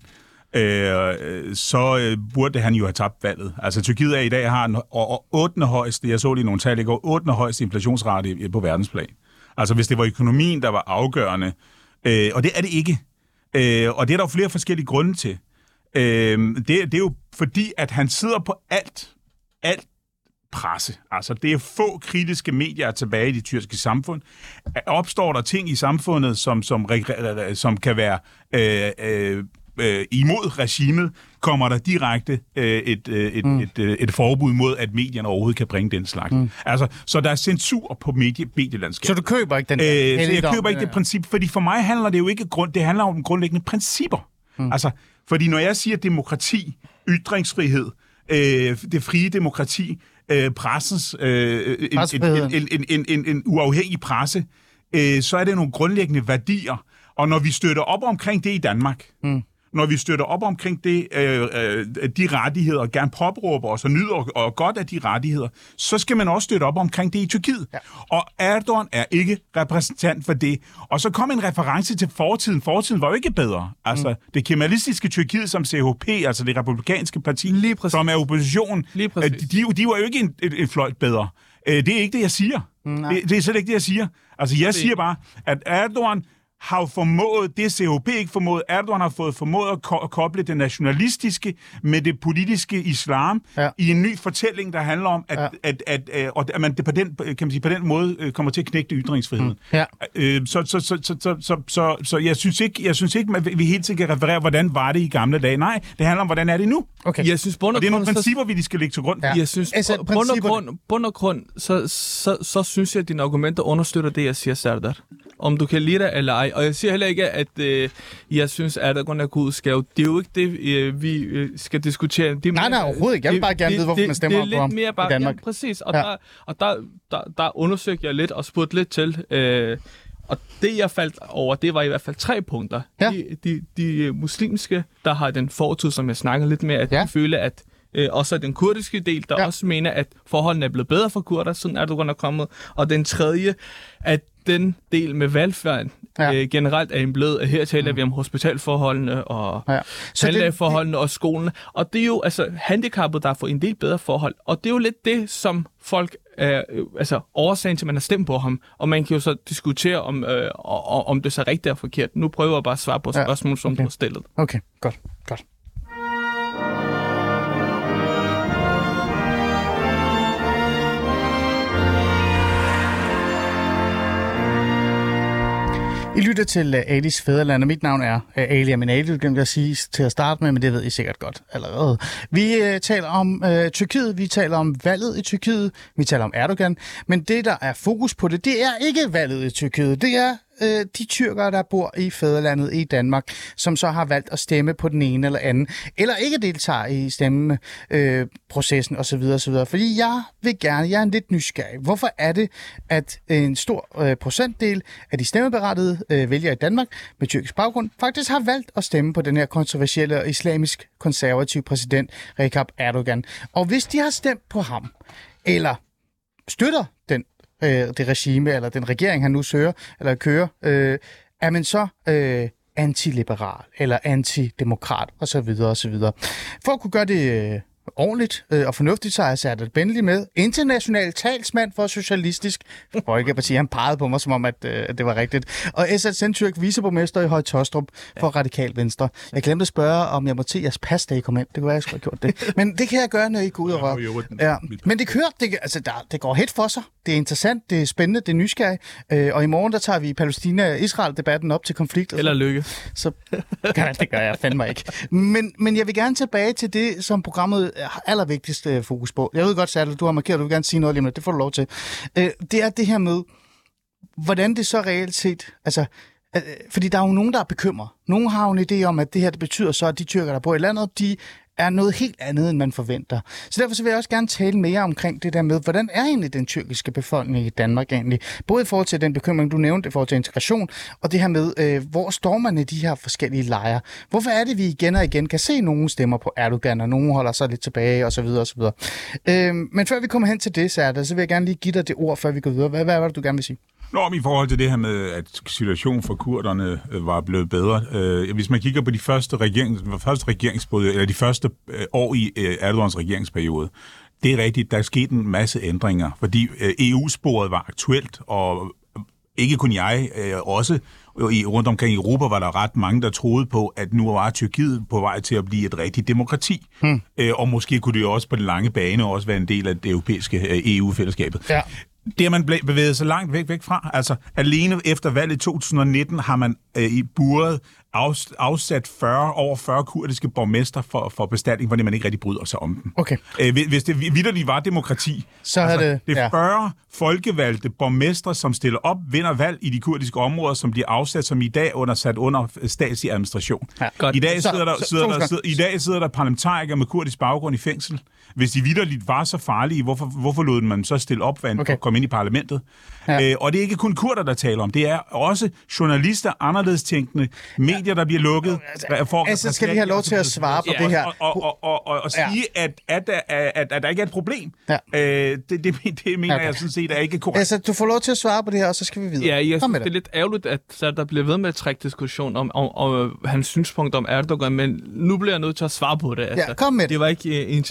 øh, så øh, burde han jo have tabt valget. Altså, Tyrkiet er i dag har en ottende højeste, jeg så lige nogle tal i går, ottende højeste inflationsrate på verdensplan. Altså, hvis det var økonomien, der var afgørende, øh, og det er det ikke. Øh, og det er der jo flere forskellige grunde til. Øh, det, det er jo fordi, at han sidder på alt, alt, presse. Altså, det er få kritiske medier tilbage i det tyrkiske samfund. Opstår der ting i samfundet, som, som, som kan være øh, øh, øh, imod regimet, kommer der direkte øh, et, øh, et, mm. et, øh, et forbud mod, at medierne overhovedet kan bringe den slags. Mm. Altså, så der er censur på medie, medielandskabet. Så du køber ikke den øh, så jeg køber ikke det princip, fordi for mig handler det jo ikke grund, det handler om grundlæggende principper. Mm. Altså, fordi når jeg siger demokrati, ytringsfrihed, øh, det frie demokrati, Øh, pressens øh, en, en, en, en, en, en, en uafhængig presse, øh, så er det nogle grundlæggende værdier. Og når vi støtter op omkring det i Danmark, mm. når vi støtter op omkring det, øh, øh, de rettigheder, og gerne påberåber os og nyder og, og godt af de rettigheder, så skal man også støtte op omkring det i Tyrkiet. Ja. Og Erdogan er ikke repræsentant for det. Og så kom en reference til fortiden. Fortiden var jo ikke bedre. Altså, mm. det kemalistiske Tyrkiet som C H P, altså det republikanske parti, som er opposition, de, de var jo ikke en, en, en fløjt bedre. Det er ikke det, jeg siger. Mm, det, det er slet ikke det, jeg siger. Altså, jeg siger bare, at Erdogan har jo formået, det C H P ikke formået, Erdogan har fået formået at, ko- at koble det nationalistiske med det politiske islam ja. i en ny fortælling, der handler om, at, ja. at, at, at, at, at man det på den, kan man sige, på den måde kommer til at knægte ytringsfriheden. Mm. Ja. Øh, så, så, så, så, så, så, så, så jeg synes ikke, jeg synes ikke, at vi helt sikkert kan referere, hvordan var det i gamle dage. Nej, det handler om, hvordan er det nu. Okay. Jeg synes, og det er nogle principper, vi skal lægge til grund. Ja. Jeg synes, altså, bund og grund, bund og grund så, så, så synes jeg, at dine argumenter understøtter det, jeg siger, Serdar. Om du kan lide det eller ej. Og jeg siger heller ikke, at øh, jeg synes, at Erdogan er god skæv. Det er jo ikke det, øh, vi øh, skal diskutere. Det nej, nej, overhovedet ikke. Jeg vil bare gerne det, vide, hvorfor det, man stemmer på ham bare, i Danmark. Ja, præcis. Og, ja. der, og der, der, der undersøgte jeg lidt og spurgte lidt til. Øh, og det, jeg faldt over, det var i hvert fald tre punkter. Ja. De, de, de muslimske, der har den fortid, som jeg snakker lidt med, at ja. de føler, at Øh, også den kurdiske del, der ja. også mener, at forholdene er blevet bedre for kurder, siden Erdogan er kommet. Og den tredje, at den del med velfærden ja. øh, generelt er blevet, her taler mm. vi om hospitalforholdene og ja. tandlægeforholdene og skolene. Og det er jo altså handicappet, der får en del bedre forhold. Og det er jo lidt det, som folk er, øh, altså årsagen til, at man har stemt på ham. Og man kan jo så diskutere, om, øh, om det så rigtigt er forkert. Nu prøver jeg bare at svare på spørgsmål, ja. som okay. du har stillet. Okay, godt, godt. I lytter til uh, Alis Fædreland, og mit navn er uh, Ali Aminati, det glemte jeg at sige til at starte med, men det ved I sikkert godt allerede. Vi uh, taler om uh, Tyrkiet, vi taler om valget i Tyrkiet, vi taler om Erdogan, men det, der er fokus på det, det er ikke valget i Tyrkiet, det er uh, de tyrkere, der bor i Fædrelandet i Danmark, som så har valgt at stemme på den ene eller anden, eller ikke deltager i stemmeprocessen uh, osv. osv. Fordi jeg vil gerne, jeg er en lidt nysgerrig. Hvorfor er det, at en stor uh, procentdel af de stemmeberettigede uh, vælgere i Danmark med tyrkisk baggrund faktisk har valgt at stemme på den her kontroversielle og islamisk konservative præsident Recep Erdogan? Og hvis de har stemt på ham, eller støtter den det regime, eller den regering, han nu søger, eller kører, øh, er man så øh, antiliberal, eller antidemokrat, osv. osv. For at kunne gøre det øh, ordentligt øh, og fornuftigt, så har jeg sat et Bentley med. International talsmand for Socialistisk Folkeparti. Han pegede på mig, som om, at øh, det var rigtigt. Og Esat Sentürk, viceborgmester i Høje Taastrup for Radikal Venstre. Jeg glemte at spørge, om jeg må til jeres pas, da I kom ind. Det kunne være, jeg skulle have gjort det. Men det kan jeg gøre, når I går ud og rører. Ja. Men det kører. Det, altså, der, det går helt for sig. Det er interessant, det er spændende, det er nysgerrigt. Øh, og i morgen, der tager vi Palæstina-Israel-debatten op til konflikt. Eller lykke. Så ja, det gør jeg fandme ikke. Men, men jeg vil gerne tilbage til det, som programmet har allervigtigst øh, fokus på. Jeg ved godt, Serdal, du har markeret, du vil gerne sige noget lige om det. Det får du lov til. Øh, det er det her med, hvordan det så reelt set, altså, øh, fordi der er jo nogen, der er bekymret. Nogen har jo en idé om, at det her det betyder så, at de tyrker, der bor i landet, de er noget helt andet, end man forventer. Så derfor så vil jeg også gerne tale mere omkring det der med, hvordan er egentlig den tyrkiske befolkning i Danmark egentlig? Både i forhold til den bekymring, du nævnte, i forhold til integration, og det her med, øh, hvor står man i de her forskellige lejre? Hvorfor er det, vi igen og igen kan se, at nogen stemmer på Erdogan, og nogen holder sig lidt tilbage, osv. osv. Øh, men før vi kommer hen til det, Serdal, så vil jeg gerne lige give dig det ord, før vi går videre. Hvad, hvad er det, du gerne vil sige? Nå, om i forhold til det her med, at situationen for kurderne øh, var blevet bedre. Øh, hvis man kigger på de første, regerings, første regeringsperiode, eller de første øh, år i øh, Erdogans regeringsperiode, det er rigtigt, der er sket en masse ændringer, fordi øh, E U-sporet var aktuelt, og ikke kun jeg, øh, også i, rundt omkring i Europa var der ret mange, der troede på, at nu var Tyrkiet på vej til at blive et rigtigt demokrati. Hmm. Øh, og måske kunne det jo også på den lange bane også være en del af det europæiske øh, E U-fællesskabet. Ja. Det har man bevæget sig langt væk, væk fra. Altså, alene efter valget i to tusind og nitten har man øh, i buret afsat fyrre, over fyrre kurdiske borgmester for, for bestatning, fordi man ikke rigtig bryder sig om dem. Okay. Øh, hvis det vitterligt var demokrati, så altså, det, det er fyrre ja. folkevalgte borgmestre, som stiller op, vinder valg i de kurdiske områder, som bliver afsat, som i dag under sat under statslig administration. Ja. I, dag sidder der, så, sidder der, sidder, I dag sidder der parlamentarikere med kurdisk baggrund i fængsel. Hvis de vitterligt var så farlige, hvorfor, hvorfor lod man så stille op, hvad okay. komme ind i parlamentet? Ja. Øh, og det er ikke kun kurder, der taler om. Det er også journalister, anderledes tænkende, medier, der bliver lukket. Altså, for, altså skal vi have lov til at svare på ja. det her? Og, og, og, og, og, og sige, ja. at, at, at, at, at der ikke er et problem. Ja. Øh, det, det, det mener okay. jeg sådan set er ikke korrekt. Altså, du får lov til at svare på det her, og så skal vi videre. Ja, jeg synes, det er lidt ærgerligt, at der bliver ved med at trække diskussion om, om, om hans synspunkt om Erdogan, men nu bliver jeg nødt til at svare på det. Altså, ja, kom med det. Det var ikke uh, intentionen,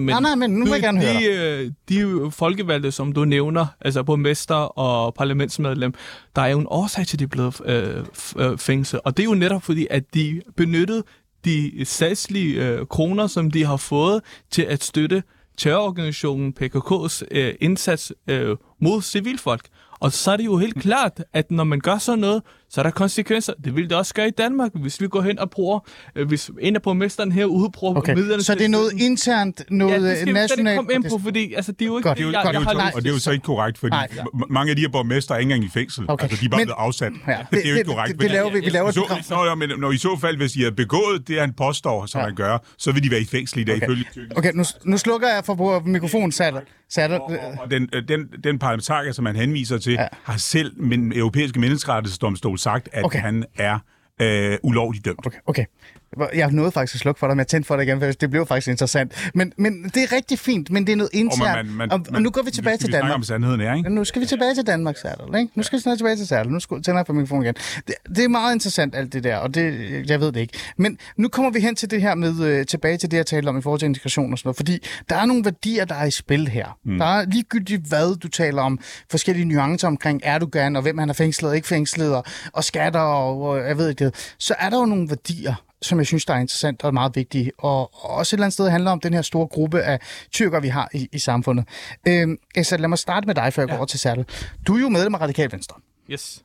nej, nej, men nu vil jeg gerne høre de, de, de folkevalgte, som du nævner, altså borgmester og parlamentsmedlem, der er jo en årsag til, at de er blevet øh, øh, fængslet. Og det er jo netop fordi, at de benyttede de statslige øh, kroner, som de har fået til at støtte terrororganisationen P K K's øh, indsats øh, mod civilfolk. Og så er det jo helt klart, at når man gør sådan noget, så er der konsekvenser. Det vil det også gøre i Danmark, hvis vi går hen og bruger, øh, hvis en af borgmesteren herude bruger okay. midlerne. Så det er noget internt, noget nationalt? Ja, det skal vi komme ind på, fordi altså, det er jo ikke... Godt. Det, Det jeg, er jo, jeg, jeg og, har og det er jo så ikke korrekt, fordi Nej, ja. mange af de her borgmester er ikke engang i fængsel. Okay. Altså, de er bare Men- blevet afsat. Ja, det, det er jo ikke korrekt. Det, det laver vi, vi laver I så, et nå, ja, men når i så fald, hvis de har begået det, han påstår, som Ja. han gør, så vil de være i fængsel i dag, Okay. ifølge tyrkisk. Okay, nu, nu slukker jeg for på mikrofonen, Satter. Satter. Og, og den, den, den parlamentariker, som han henviser til, Ja. ja. har selv med den europæiske menneskerettighedsdomstol sagt, at Okay. okay. han er øh, ulovligt dømt. Okay, okay. Jeg nåede faktisk at slukke for dig, men jeg tændte for dig igen, for det blev faktisk interessant. Men, men det er rigtig fint, men det er noget internt. man- man- og, og nu går vi tilbage skal til vi snakke Danmark. om sandheden her, ikke? Nu skal vi tilbage til Danmark, Satter, ikke? Nu skal vi snart tilbage til Satter. Nu skal- tænder jeg på mikrofonen igen. Det, det er meget interessant, alt det der, og det, jeg ved det ikke. Men nu kommer vi hen til det her med, øh, tilbage til det, jeg talte om i forhold til integration og sådan noget, fordi der er nogle værdier, der er i spil her. Mm. Der er ligegyldigt, hvad du taler om, forskellige nuancer omkring Erdogan, og hvem han er fængslet og ikke fængslet, og, og skatter, og, og jeg ved ikke det. Så er der jo nogle værdier, som jeg synes, der er interessant og meget vigtige. Og, og også et eller andet sted handler om den her store gruppe af tyrker, vi har i, i samfundet. Øhm, altså, lad mig starte med dig, før jeg ja. går over til Saddel. Du er jo medlem af Radikal Venstre. Yes.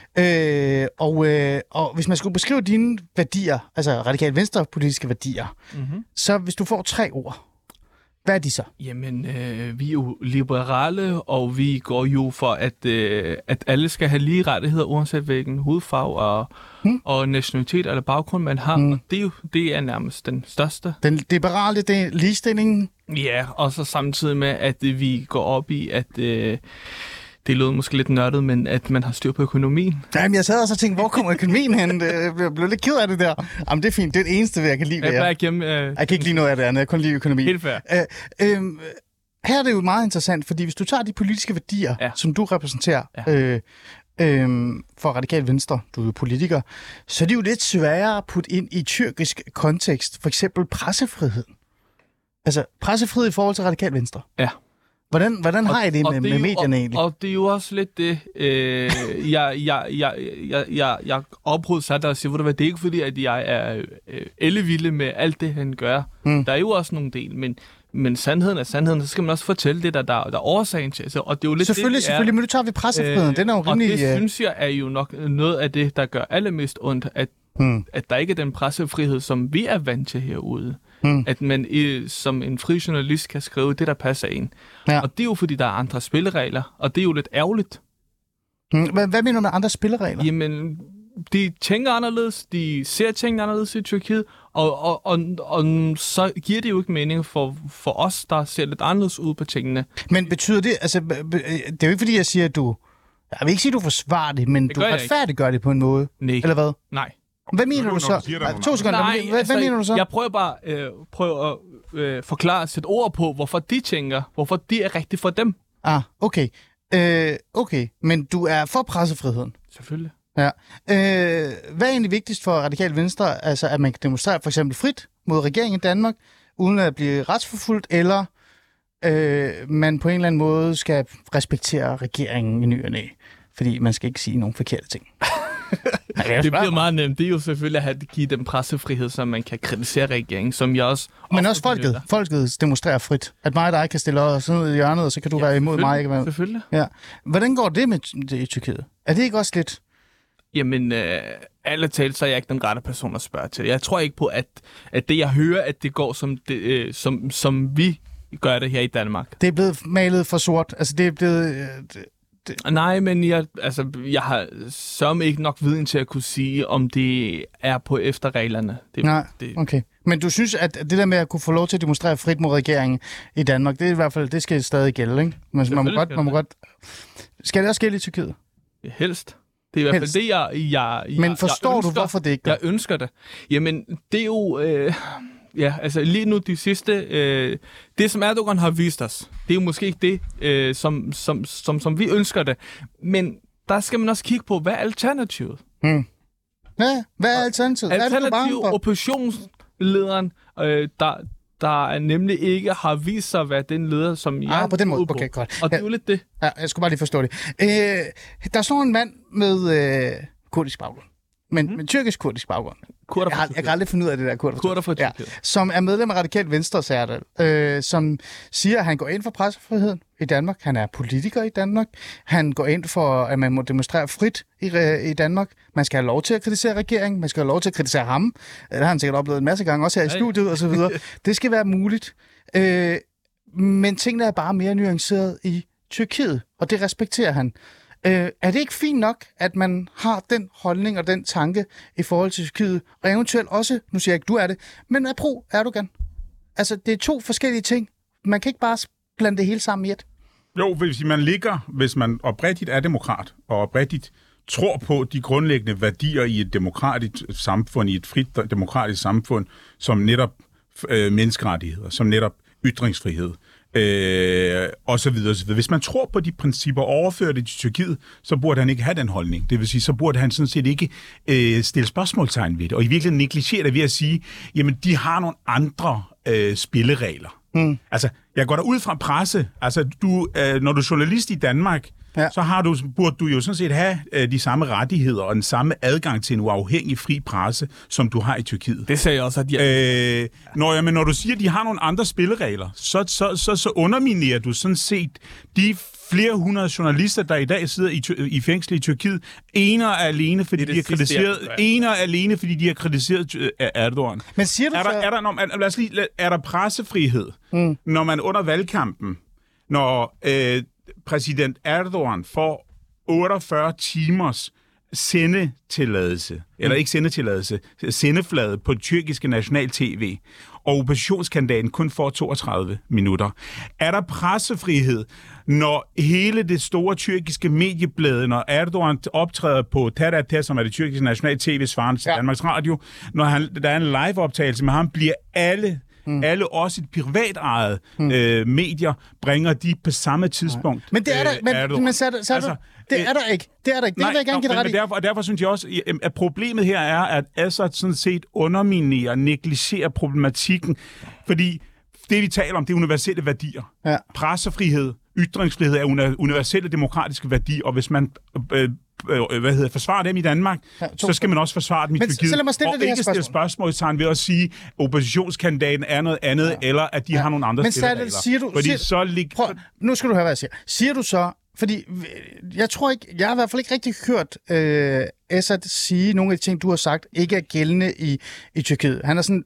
Øh, og, øh, og hvis man skulle beskrive dine værdier, altså Radikal Venstre politiske værdier, Mm-hmm. så hvis du får tre ord, hvad er de så? Jamen, øh, vi er jo liberale, og vi går jo for, at, øh, at alle skal have lige rettigheder, uanset hvilken hudfarve og, Hmm. og nationalitet eller baggrund man har. Hmm. Og det er jo det er nærmest den største. Den liberale, det er ligestillingen. Ja, og så samtidig med, at øh, vi går op i, at øh, det lød måske lidt nørdet, men at man har styr på økonomien. Jamen, jeg sad også og tænkte, hvor kommer økonomien hen? Jeg blev lidt ked af det der. Jamen, det er fint. Det er det eneste, jeg kan lide ved Jeg, jer. bare igennem, øh, Jeg kan ikke lide noget af det andet. Jeg kan kun lide økonomi. helt fair. Øh, øh, her er det jo meget interessant, fordi hvis du tager de politiske værdier, ja. Ja. som du repræsenterer Ja. øh, øh, for Radikal Venstre, du er jo politiker, så er det jo lidt sværere at putte ind i tyrkisk kontekst. For eksempel pressefriheden. Altså pressefrihed i forhold til Radikal Venstre. Ja. Hvordan, hvordan har I det Og med, det er med jo- medierne og, egentlig? Og det er jo også lidt det, øh, jeg, jeg, jeg, jeg, jeg, jeg opbrød sig der og siger, det er ikke fordi, at jeg er øh, ellevilde med alt det, han gør. Mm. Der er jo også nogle del, men, men sandheden er sandheden, så skal man også fortælle det, der, der, der er årsagen til. Så, og det er jo lidt Selvfølgelig, det, det er. selvfølgelig, men nu tager vi pressefriheden. Øh, den er jo rimelig... Og det øh, synes jeg er jo nok noget af det, der gør allermest ondt, at, hmm. at der ikke er den pressefrihed, som vi er vant til herude. Hmm. At man øh, som en fri journalist kan skrive det, der passer en. Ja. Og det er jo, fordi der er andre spilleregler, og det er jo lidt ærgerligt. Hmm. Hvad, hvad mener du med andre spilleregler? Jamen, de tænker anderledes, de ser tingene anderledes i Tyrkiet, og, og, og, og så giver det jo ikke mening for, for os, der ser lidt anderledes ud på tingene. Men betyder det... Altså, be- be- det er jo ikke, fordi jeg siger, at du... Jeg vil ikke sige, at du forsvarer det, men Det du gør jeg ikke. retfærdiggør det på en måde. Nej, Eller hvad? nej. Hvad mener Nu, du når så? du siger, der er Ej, nogle To andre- sekunder. Nej, hvad, hvad altså, mener du så? Jeg prøver bare øh, prøve at øh, forklare, sætte ord på, hvorfor de tænker, hvorfor det er rigtigt for dem. Ah, okay. Øh, okay, men du er for pressefriheden. Selvfølgelig. Ja. Øh, hvad er egentlig vigtigst for Radikal Venstre? Altså, at man kan demonstrere for eksempel frit mod regeringen i Danmark, uden at blive retsforfulgt, eller øh, man på en eller anden måde skal respektere regeringen i ny og næ, fordi man skal ikke sige nogle forkerte ting. Nej, Det bliver meget nemt. Det er jo selvfølgelig at have, give dem pressefrihed, så man kan kritisere regeringen, som jeg også... Men ofte også folket. benytter. Folket demonstrerer frit. At mig og dig kan stille os ned i hjørnet, og så kan du Ja, være imod mig. selvfølgelig, Ikke? Være... Selvfølgelig. Ja. Hvordan går det med det i Tyrkiet? Er det ikke også lidt... Jamen, øh, alle talt, så er jeg ikke den rette person at spørge til. Jeg tror ikke på, at, at det, jeg hører, at det går, som, det, øh, som, som vi gør det her i Danmark. Det er blevet malet for sort. Altså, det er blevet... Øh, det... Nej, men jeg, altså, jeg har som ikke nok viden til at kunne sige, om det er på efterreglerne. Det, Nej, det, okay. Men du synes, at det der med at kunne få lov til at demonstrere frit mod regeringen i Danmark, det er i hvert fald, det skal stadig gælde, ikke? Man, man må godt, man må godt... Skal det også gælde i Tyrkiet? helst. Det er i hvert fald Helst. det, jeg, jeg, jeg Men forstår jeg du, ønsker, hvorfor det ikke gør? Jeg ønsker det. Jamen, det er jo... Øh, ja, altså lige nu de sidste... Øh, det, som Erdogan har vist os, det er jo måske ikke det, øh, som, som, som, som vi ønsker det. Men der skal man også kigge på, hvad er alternativet? Hmm. Ja, hvad er alternativet? Hvad er det, du er bange Alternativet for? oppositionslederen, øh, der, der nemlig ikke har vist sig at være den leder, som jeg ah, på den måde. på. Okay, godt. Og det er jo lidt det. Ja, jeg skulle bare lige forstå det. Øh, der står en mand med øh, kurdisk baggrund. Men mm. med tyrkisk-kurdisk baggrund. Kurder jeg, har, jeg kan aldrig finde ud af det der kurder. Kurder fra ja, som er medlem af Radikalt Venstre, Serdal, øh, som siger, at han går ind for pressefriheden i Danmark. Han er politiker i Danmark. Han går ind for, at man må demonstrere frit i, i Danmark. Man skal have lov til at kritisere regeringen. Man skal have lov til at kritisere ham. Det har han sikkert oplevet en masse gange, også her i studiet og så videre. Det skal være muligt. Øh, men tingene er bare mere nuanceret i Tyrkiet, og det respekterer han. Øh, er det ikke fint nok, at man har den holdning og den tanke i forhold til Tyrkiet, og eventuelt også, nu siger jeg ikke, du er det, men er pro Erdogan? Altså, det er to forskellige ting. Man kan ikke bare blande det hele sammen i et. Jo, hvis man ligger, hvis man oprigtigt er demokrat, og oprigtigt tror på de grundlæggende værdier i et demokratisk samfund, i et frit demokratisk samfund, som netop øh, menneskerettigheder, som netop ytringsfrihed, Øh, og så videre, og så videre. Hvis man tror på de principper og overfører det til Tyrkiet, så burde han ikke have den holdning. Det vil sige, så burde han sådan set ikke øh, stille spørgsmålstegn ved det. Og i virkeligheden negligere det ved at sige, jamen, de har nogle andre øh, spilleregler. Mm. Altså, jeg går der ud fra presse. Altså, du, øh, når du er journalist i Danmark, ja. så har du, burde du jo sådan set have øh, de samme rettigheder og den samme adgang til en uafhængig fri presse, som du har i Tyrkiet. Det sagde jeg også, at de er... Øh, når, ja, men når du siger, at de har nogle andre spilleregler, så, så, så, så underminerer du sådan set de flere hundrede journalister, der i dag sidder i, i fængsel i Tyrkiet, ene og alene, fordi det det de har kritiseret, ene og alene, fordi de har kritiseret Erdogan. Men siger du er så... der, er der, når, lad os lige, er der pressefrihed, mm. når man under valgkampen, når øh, præsident Erdogan får otteogfyrre timers sendetilladelse, mm. eller ikke sendetilladelse, sendeflade på tyrkiske national tv, og oppositionskandidaten kun får toogtredive minutter. Er der pressefrihed, når hele det store tyrkiske medieblad, når Erdogan optræder på T R T, som er det tyrkiske national tv, svarende til ja. Danmarks Radio, når han, der er en live-optagelse med ham, bliver alle Mm. Alle også et privatejet mm. øh, medier bringer de på samme tidspunkt. Men det er der, men, er men så, så altså, det er der ikke. Det er der ikke. Det nej, vil jeg gerne give dig ret i. Derfor, og derfor synes jeg også, at problemet her er, at Assad sådan set underminerer, negligerer problematikken, fordi det, vi taler om, det er universelle værdier. Ja. Pressefrihed, ytringsfrihed er universelle demokratiske værdier, og hvis man øh, øh, hvad hedder, forsvarer dem i Danmark, ja, så skal man også forsvare dem i Tyrkiet. Og det ikke stille spørgsmålstegn ved at sige, at oppositionskandidaten er noget andet, ja. eller at de ja. har nogle andre spilleregler. Siger du, fordi siger, så lig... prøv, nu skal du høre, hvad jeg siger. Siger du så, fordi jeg tror ikke, jeg har i hvert fald ikke rigtig hørt øh, Assad sige nogle af de ting, du har sagt, ikke er gældende i, i Tyrkiet. Han har sådan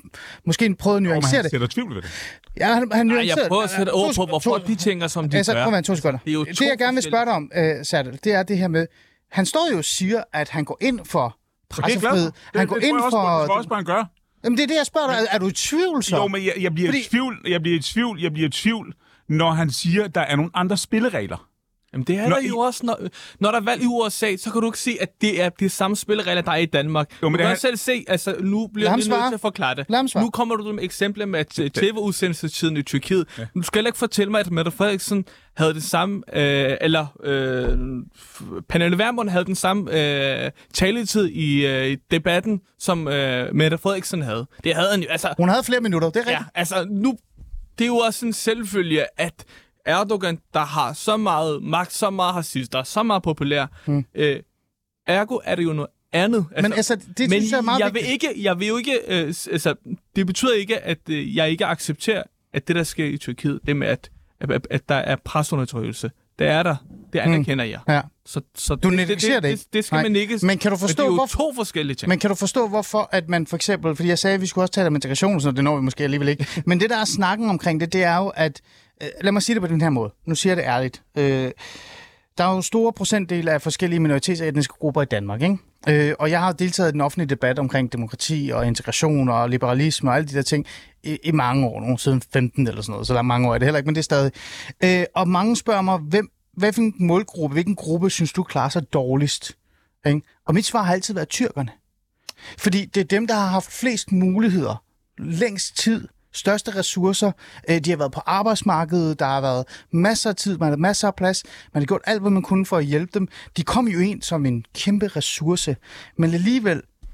måske prøvet at nuancere det. Han sætter tvivl ved det. Ja, han, han Ej, jeg prøver at sætte ord på, hvorfor de tænker, som de Assad, gør. Prøv at to sekunder. Det, det jeg gerne vil spørge dig om, uh, Serdal, det er det her med, han står jo og siger, at han går ind for pressefrihed. Han går det, ind det, for... Det tror jeg også, han gør. Jamen det er det, jeg spørger dig. Er, er du i tvivl så? Jo, men jeg, jeg, bliver Fordi... i tvivl, jeg bliver i tvivl, jeg bliver i tvivl, når han siger, at der er nogle andre spilleregler. Jamen det er når der jo I... også, når, når der er valg i U S A, så kan du ikke se, at det er de samme spilleregler, der er i Danmark. Jo, men du kan han... selv se, altså nu bliver vi nødt til at forklare det. Nu kommer du med eksempler med T V-udsendelsestiden i Tyrkiet. Ja. Du skal ikke fortælle mig, at Mette Frederiksen havde det samme, øh, eller øh, Pernille Vermund havde den samme øh, taletid i øh, debatten, som øh, Mette Frederiksen havde. Det havde han jo, altså... Hun havde flere minutter, det er rigtigt. Ja, altså nu, det er jo også en selvfølge, at Erdogan, der har så meget magt, så meget racister, så meget populær, hmm. øh, ergo er det jo noget andet. Altså, men altså, det men synes jeg er meget jeg vil ikke, jeg vil jo ikke, øh, altså, det betyder ikke, at øh, jeg ikke accepterer, at det, der sker i Tyrkiet, det med, at, at, at der er presundertrykkelse, det er der. Det anerkender jeg. Ja. Så, så du det, det, det, det, det skal Nej. man ikke... Men kan du forstå, men det er jo hvorfor, to forskellige ting. Men kan du forstå, hvorfor at man for eksempel... Fordi jeg sagde, at vi skulle også tale om integration, så det når vi måske alligevel ikke. Men det, der er snakken omkring det, det er jo, at... Øh, lad mig sige det på den her måde. Nu siger jeg det ærligt. Øh, der er jo store procentdel af forskellige minoritetsetniske grupper i Danmark, ikke? Øh, og jeg har deltaget i den offentlige debat omkring demokrati og integration og liberalisme og alle de der ting i, i mange år nu, siden femten eller sådan noget. Så der er mange år er det heller ikke, men det er stadig. Øh, og mange spørger mig, hvem Hvad for en målgruppe, hvilken gruppe synes du klarer sig dårligst? Ikke? Og mit svar har altid været tyrkerne. Fordi det er dem, der har haft flest muligheder, længst tid, største ressourcer. De har været på arbejdsmarkedet, der har været masser af tid, man har masser af plads. Man har gjort alt, hvad man kunne for at hjælpe dem. De kom jo ind som en kæmpe ressource. Men alligevel,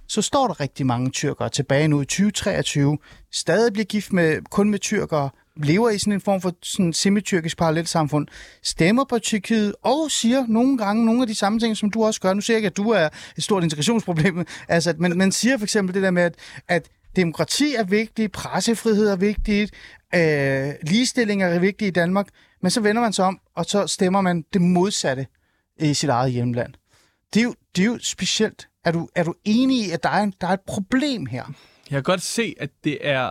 så står der rigtig mange tyrkere tilbage nu i tyve treogtyve, stadig bliver gift med, kun med tyrkere, lever i sådan en form for sådan semi-tyrkisk parallelsamfund, stemmer på Tyrkiet og siger nogle gange nogle af de samme ting, som du også gør. Nu siger jeg ikke, at du er et stort integrationsproblem, altså, men man siger for eksempel det der med, at, at demokrati er vigtigt, pressefrihed er vigtigt, øh, ligestilling er vigtigt i Danmark, men så vender man sig om, og så stemmer man det modsatte i sit eget hjemland. Det er jo, det er jo specielt. Er du, er du enig i, at der er, en, der er et problem her? Jeg kan godt se, at det er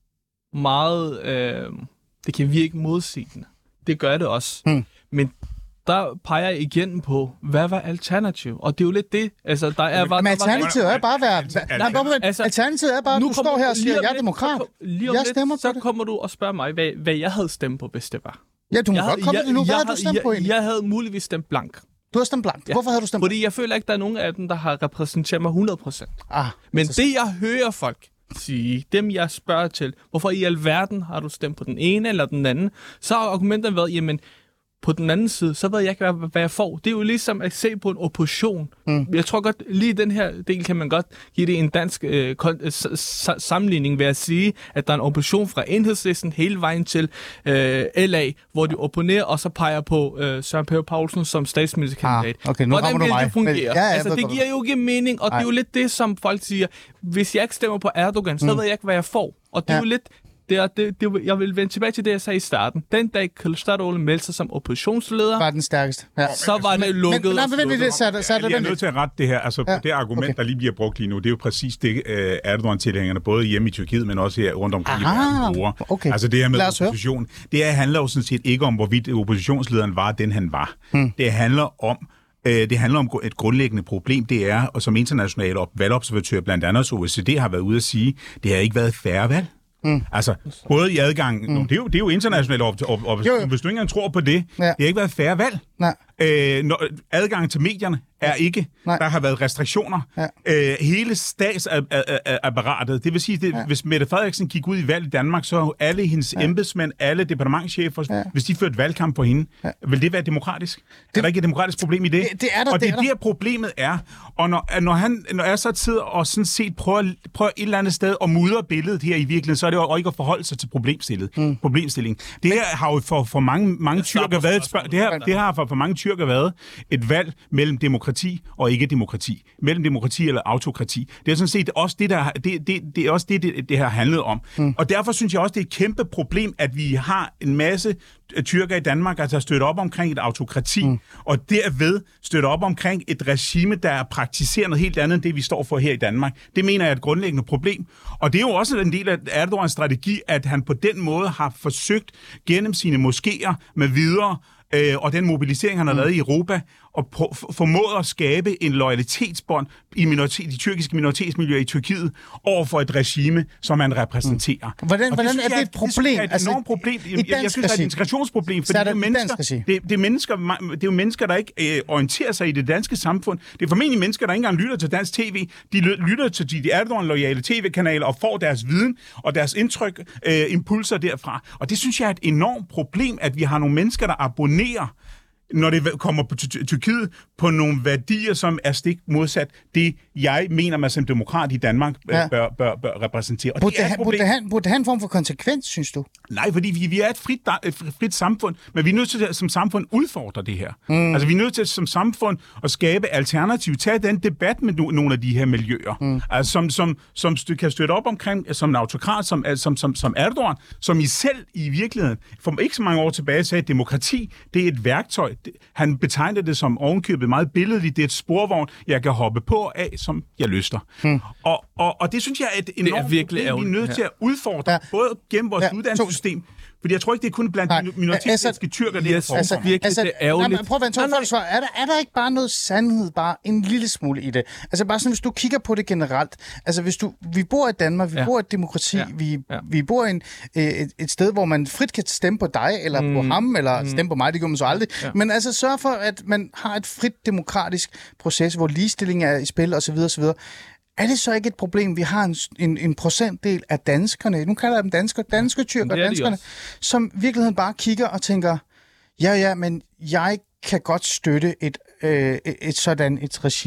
meget... Øh, det kan virke modsigende. Det gør det også. Hmm. Men der peger jeg igen på, hvad var alternativ? Og det er jo lidt det. Altså, der er, var, men alternativet er bare at være... Altså, alternativet er bare, at du står her og siger, at jeg er demokrat. Jeg stemmer på så det. Kommer du og spørger mig, hvad, hvad jeg havde stemt på, hvis det var. Ja, du må godt komme det nu. Hvad havde du stemt jeg, på egentlig? Jeg havde muligvis stemt blank. Du har stemt blank. Hvorfor havde du stemt blank? Fordi jeg føler ikke, der er nogen af dem, der har repræsenteret mig hundrede procent. Ah, men det, jeg hører folk sige, dem jeg spørger til, hvorfor i alverden har du stemt på den ene eller den anden, så har argumenterne været, jamen, på den anden side, så ved jeg ikke, hvad, hvad jeg får. Det er jo ligesom at se på en opposition. Mm. Jeg tror godt, lige den her del kan man godt give det en dansk øh, sammenligning ved at sige, at der er en opposition fra Enhedslisten hele vejen til øh, L A, hvor de opponerer, og så peger på øh, Søren Pape Poulsen som statsministerkandidat. Ah, okay, nu hvordan vil det fungere? Ja, ja, altså, det giver jo ikke mening, og Ej. det er jo lidt det, som folk siger. Hvis jeg ikke stemmer på Erdogan, så mm. ved jeg ikke, hvad jeg får. Og det er ja. jo lidt... Det er, det, det, jeg vil vende tilbage til det, jeg sagde i starten. Den dag Kılıçdaroğlu meldte sig som oppositionsleder, var den stærkeste. Ja. Så var det lukket. Men, men, men, men, det, så, så, jeg er nødt til at rette det her. Altså, ja. det argument, okay. der lige bliver brugt lige nu, det er jo præcis det, uh, Erdogan-tilhængerne, både hjemme i Tyrkiet, men også her rundt omkring i verden bruger. Okay. Altså det her med opposition. Det her handler jo sådan set ikke om, hvorvidt oppositionslederen var den, han var. Hmm. Det handler om, Det handler om et grundlæggende problem, det er, og som internationale valgobservatør, blandt andet O E C D har været ude at sige, det har ikke været færre valg. Mm. Altså, både i adgangen... Mm. Det, er jo, det er jo internationalt op, op, op, jo, jo. Hvis du ikke engang tror på det, ja. det har ikke været færre valg. Nej. Øh, når, adgangen til medierne er ikke. Nej. Der har været restriktioner. Ja. Øh, hele statsapparatet, det vil sige, det, ja. hvis Mette Frederiksen gik ud i valg i Danmark, så alle hendes ja. embedsmænd, alle departementschefer, ja. hvis de førte valgkamp på hende, ja. vil det være demokratisk? Det, er der ikke et demokratisk problem i det? Det, det er der, og det, det er der problemet er. Og når, når, han, når jeg så sidder og sådan set prøver, prøver et eller andet sted at mudre billedet her i virkeligheden, så er det jo ikke at forholde sig til problemstillet. Mm. problemstillingen. Det her har jo for, for mange, mange tyrker været et spørg- det, her, det har for, for mange tyrker været et valg mellem demokrati og ikke demokrati. Mellem demokrati eller autokrati. Det er sådan set også det, der, det, det, det, er også det, det, det har handlet om. Mm. Og derfor synes jeg også, det er et kæmpe problem, at vi har en masse tyrker i Danmark, altså støtter op omkring et autokrati, mm. og derved støtter op omkring et regime, der praktiserer noget helt andet end det, vi står for her i Danmark. Det mener jeg er et grundlæggende problem. Og det er jo også en del af Erdogans strategi, at han på den måde har forsøgt gennem sine moskéer med videre, øh, og den mobilisering, han har mm. lavet i Europa, og på, formået at skabe en loyalitetsbånd i minoritet, de tyrkiske minoritetsmiljøer i Tyrkiet over for et regime, som man repræsenterer. Mm. Hvordan, hvordan det er det et problem? Det er et enormt problem. Jeg, jeg synes, det er et integrationsproblem, fordi det er, mennesker, det, det, er mennesker, det er jo mennesker, der ikke øh, orienterer sig i det danske samfund. Det er formentlig mennesker, der ikke engang lytter til dansk tv. De lytter til de Erdogan-loyale tv-kanaler og får deres viden og deres indtryk, øh, impulser derfra. Og det synes jeg er et enormt problem, at vi har nogle mennesker, der abonnerer, når det kommer på Tyrkiet, på nogle værdier, som er stik modsat det, jeg mener, man som demokrat i Danmark ja. bør, bør, bør repræsentere. Og burde, det er det, burde, det have, burde det have en form for konsekvens, synes du? Nej, fordi vi, vi er et frit, et frit samfund, men vi er nødt til at, som samfund udfordre det her. Mm. Altså, vi er nødt til som samfund at skabe alternativ. Tag den debat med no, nogle af de her miljøer, mm. altså, som, som, som st- kan støtte op omkring, som en autokrat, som, som, som, som Erdogan, som i selv i virkeligheden, for ikke så mange år tilbage, sagde, at demokrati, det er et værktøj. Han betegnede det som ovenkøbet meget billedligt. Det er et sporvogn, jeg kan hoppe på af, som jeg lyster. Hmm. Og, og, og det synes jeg er et enormt problem, vi er nødt til at udfordre, ja. både gennem vores ja. uddannelsessystem. Fordi jeg tror ikke, det er kun blandt Nej. minoritetiske tyrker, det er yes, altså, virkelig, altså, det er ærgerligt. Prøv at vente, er, er, der, er der ikke bare noget sandhed, bare en lille smule i det? Altså bare sådan, hvis du kigger på det generelt. Altså hvis du, vi bor i Danmark, vi ja. bor i et demokrati, ja. Vi, ja. vi bor i en, et, et sted, hvor man frit kan stemme på dig, eller mm. på ham, eller mm. stemme på mig, det gør man så aldrig. Ja. Men altså sørg for, at man har et frit demokratisk proces, hvor ligestilling er i spil, osv. osv. Er det så ikke et problem, vi har en, en, en procentdel af danskerne, nu kalder jeg dem danskere, danske tyrker, danskerne, som i virkeligheden bare kigger og tænker, ja, ja, men jeg kan godt støtte et, øh, et sådan et regime.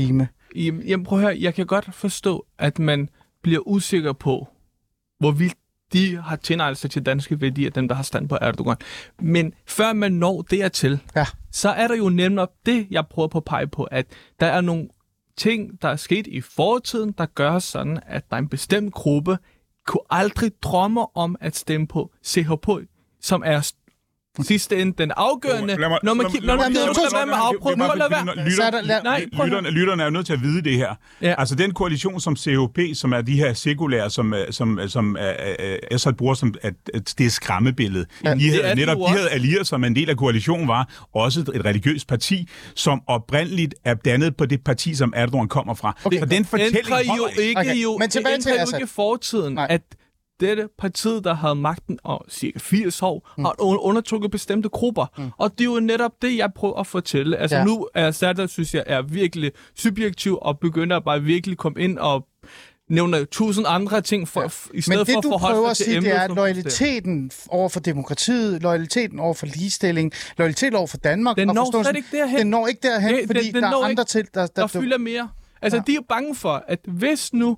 Jamen, jamen prøv at høre, jeg kan godt forstå, at man bliver usikker på, hvorvidt de har tilnejlet sig til danske værdier, dem der har stand på Erdogan. Men før man når dertil, ja. så er der jo nemlig det, jeg prøver på at pege på, at der er nogle ting, der er sket i fortiden, der gør sådan, at der er en bestemt gruppe, kunne aldrig drømme om at stemme på C H P, som er sidste ende den afgørende, mig, når man kigger med at afprøve nu at lade være. Lytterne er jo nødt til at vide det her. Ja. Altså den koalition som C H P, som er de her sekulære, som, som, som jeg så bruger som at, at det er skræmmebillede. Ja. De havde netop de havde allieret, som en del af koalitionen var, også et religiøst parti, som oprindeligt er dannet på det parti, som Erdogan kommer fra. Okay. Så den fortælling holder jo ikke. Okay. Jo, men tilbage til altså. Ikke fortiden, Nej. at dette partiet, der havde magten og cirka firs år, mm. har undertrykket bestemte grupper. Mm. Og det er jo netop det, jeg prøver at fortælle. Altså ja. nu er Serdar, synes jeg, er virkelig subjektiv og begynder at bare virkelig komme ind og nævne tusind andre ting, for, ja. i stedet det, for at forholde sig til emnet. Men det, du prøver at sige, det er, at loyaliteten over for demokratiet, loyaliteten over for ligestilling, loyalitet over for Danmark... Den når slet ikke derhen. Den når ikke derhen, det, fordi den, den der er andre til... Der, der, der fylder mere. Altså, ja. de er bange for, at hvis nu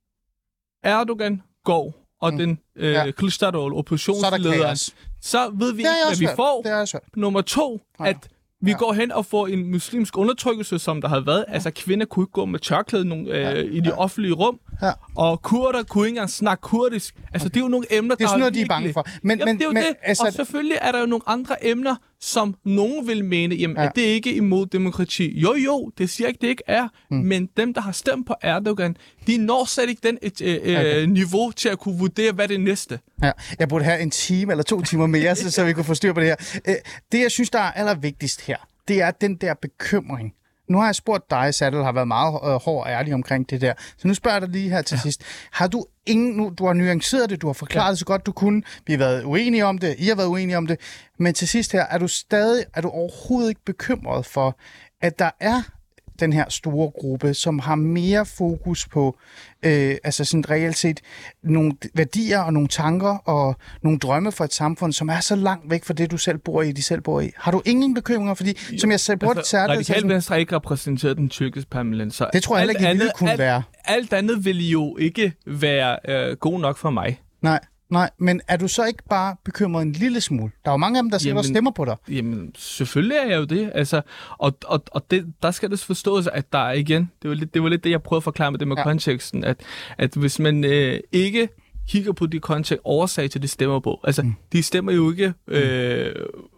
Erdogan går, og mm. den øh, ja. Kılıçdaroğlu, oppositionslederen, så, så ved vi ikke, hvad vi får. Nummer to, ja. at vi ja. går hen og får en muslimsk undertrykkelse, som der har været. Ja. Altså, kvinder kunne ikke gå med tørklæde øh, ja. i de ja. offentlige rum, ja. og kurder kunne ikke engang snakke kurdisk. Altså, okay. det er jo nogle emner, der er... Det er sådan noget, de er bange for. Men, jamen, men, det er jo men, det. Altså... Og selvfølgelig er der jo nogle andre emner, som nogen vil mene, jamen, ja. at det ikke er imod demokrati. Jo, jo, det siger ikke, det ikke er. Mm. Men dem, der har stemt på Erdogan, de når slet ikke den et, øh, okay. niveau til at kunne vurdere, hvad det er næste. Ja. Jeg burde have en time eller to timer mere, så, så vi kunne få styr på det her. Det, jeg synes, der er allervigtigst her, det er den der bekymring. Nu har jeg spurgt dig, Sadal har været meget øh, hård og ærlig omkring det der. Så nu spørger jeg dig lige her til ja. sidst. Har du ingen... Nu, du har nuanceret det, du har forklaret ja. det så godt du kunne. Vi har været uenige om det, I har været uenige om det. Men til sidst her, er du stadig... Er du overhovedet ikke bekymret for, at der er den her store gruppe, som har mere fokus på øh, altså sådan reelt set nogle værdier og nogle tanker og nogle drømme for et samfund, som er så langt væk fra det, du selv bor i, de selv bor i. Har du ingen bekymringer? Fordi, jo, som jeg sagde, altså, til Radikale Venstre har ikke repræsenteret den tyrkiske parlament, så det tror jeg heller ikke, det ville kunne alt, være. Alt andet vil jo ikke være øh, god nok for mig. Nej. Nej, men er du så ikke bare bekymret en lille smule? Der er jo mange af dem, der sikkert stemmer på dig. Jamen, selvfølgelig er jeg jo det. Altså, og og, og det, der skal det forstås, at der er igen, det var lidt det, var lidt det jeg prøvede at forklare med det med ja. konteksten, at, at hvis man øh, ikke kigger på de kontekst, årsag til det stemmer på, altså, mm. de stemmer jo ikke øh,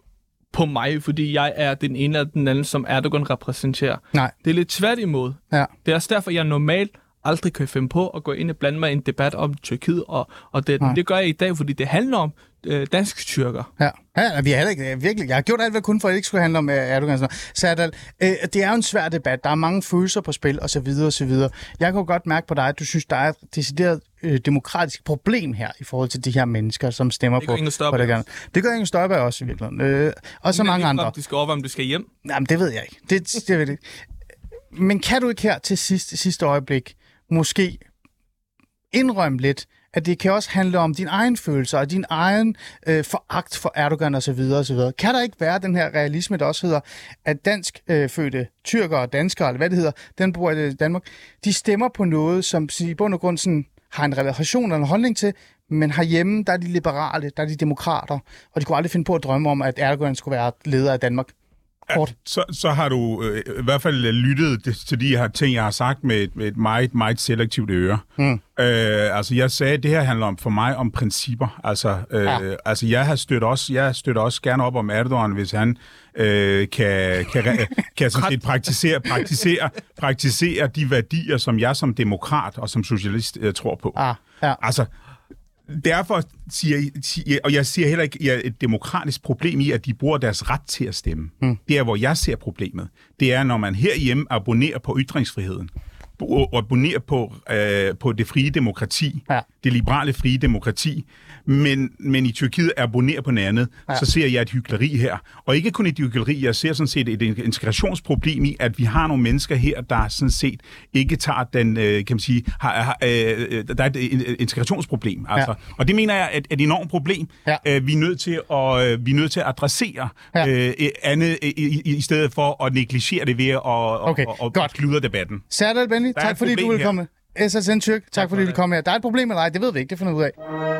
på mig, fordi jeg er den ene eller den anden, som Erdogan repræsenterer. Nej. Det er lidt tværtimod. Ja. Det er også derfor, jeg normalt aldrig kan finde på at gå ind og blande mig i en debat om Tyrkiet, og, og det, det gør jeg i dag, fordi det handler om øh, danske tyrker. Ja. ja, vi har heller ikke, virkelig, jeg har gjort alt, hvad kun for, at det ikke skulle handle om uh, Erdogan. Serdal, øh, det er jo en svær debat, der er mange følelser på spil, og så videre, og så videre. Jeg kan godt mærke på dig, at du synes, der er et decideret øh, demokratisk problem her, i forhold til de her mennesker, som stemmer det på, på det gerne. Det gør Inger Støjberg også i virkeligheden. Øh, og så mange andre. Du skal overveje, om du skal hjem? Jamen, det ved jeg ikke. Det, det ved jeg ikke. Men kan du ikke her til sidste, sidste øjeblik måske indrømme lidt, at det kan også handle om din egen følelser og din egen øh, foragt for Erdogan og så videre og så videre. Kan der ikke være den her realisme, der også hedder, at dansk øh, fødte tyrkere og danskere, eller hvad det hedder, den bor i Danmark, de stemmer på noget, som i bund og grund sådan, har en relation eller en holdning til, men herhjemme, der er de liberale, der er de demokrater, og de kunne aldrig finde på at drømme om, at Erdogan skulle være leder af Danmark. Ja, så, så har du øh, i hvert fald lyttet til de her ting, jeg har sagt med et, med et meget, meget selektivt øre. Mm. Øh, altså, jeg sagde, at det her handler om, for mig om principper. Altså, øh, ja. altså jeg har støttet også, jeg støtter også gerne op om Erdogan, hvis han øh, kan, kan, kan sådan set praktisere, praktisere, praktisere de værdier, som jeg som demokrat og som socialist øh, tror på. Ah, ja. Altså, derfor siger jeg, og jeg siger heller ikke, at et demokratisk problem i, at de bruger deres ret til at stemme. Mm. Det er, hvor jeg ser problemet. Det er, når man herhjemme abonnerer på ytringsfriheden, og abonnerer på, øh, på det frie demokrati, ja. det liberale frie demokrati, men, men i Tyrkiet abonnerer på noget andet, ja. så ser jeg et hykleri her. Og ikke kun et hykleri, jeg ser sådan set et integrationsproblem i, at vi har nogle mennesker her, der sådan set ikke tager den, kan man sige, har, har, øh, der er et integrationsproblem. Altså. Ja. Og det mener jeg er et, et enormt problem. Ja. Vi er nødt til at, vi er nødt til at adressere ja. øh, andet i, i, i stedet for at negligere det ved at okay. og, og, og kludre debatten. Serdal Benli, tak fordi du ville komme. S S N Tyrk, tak, tak fordi du kom her. Der er et problem eller ej, det ved vi ikke, det finder vi ud af.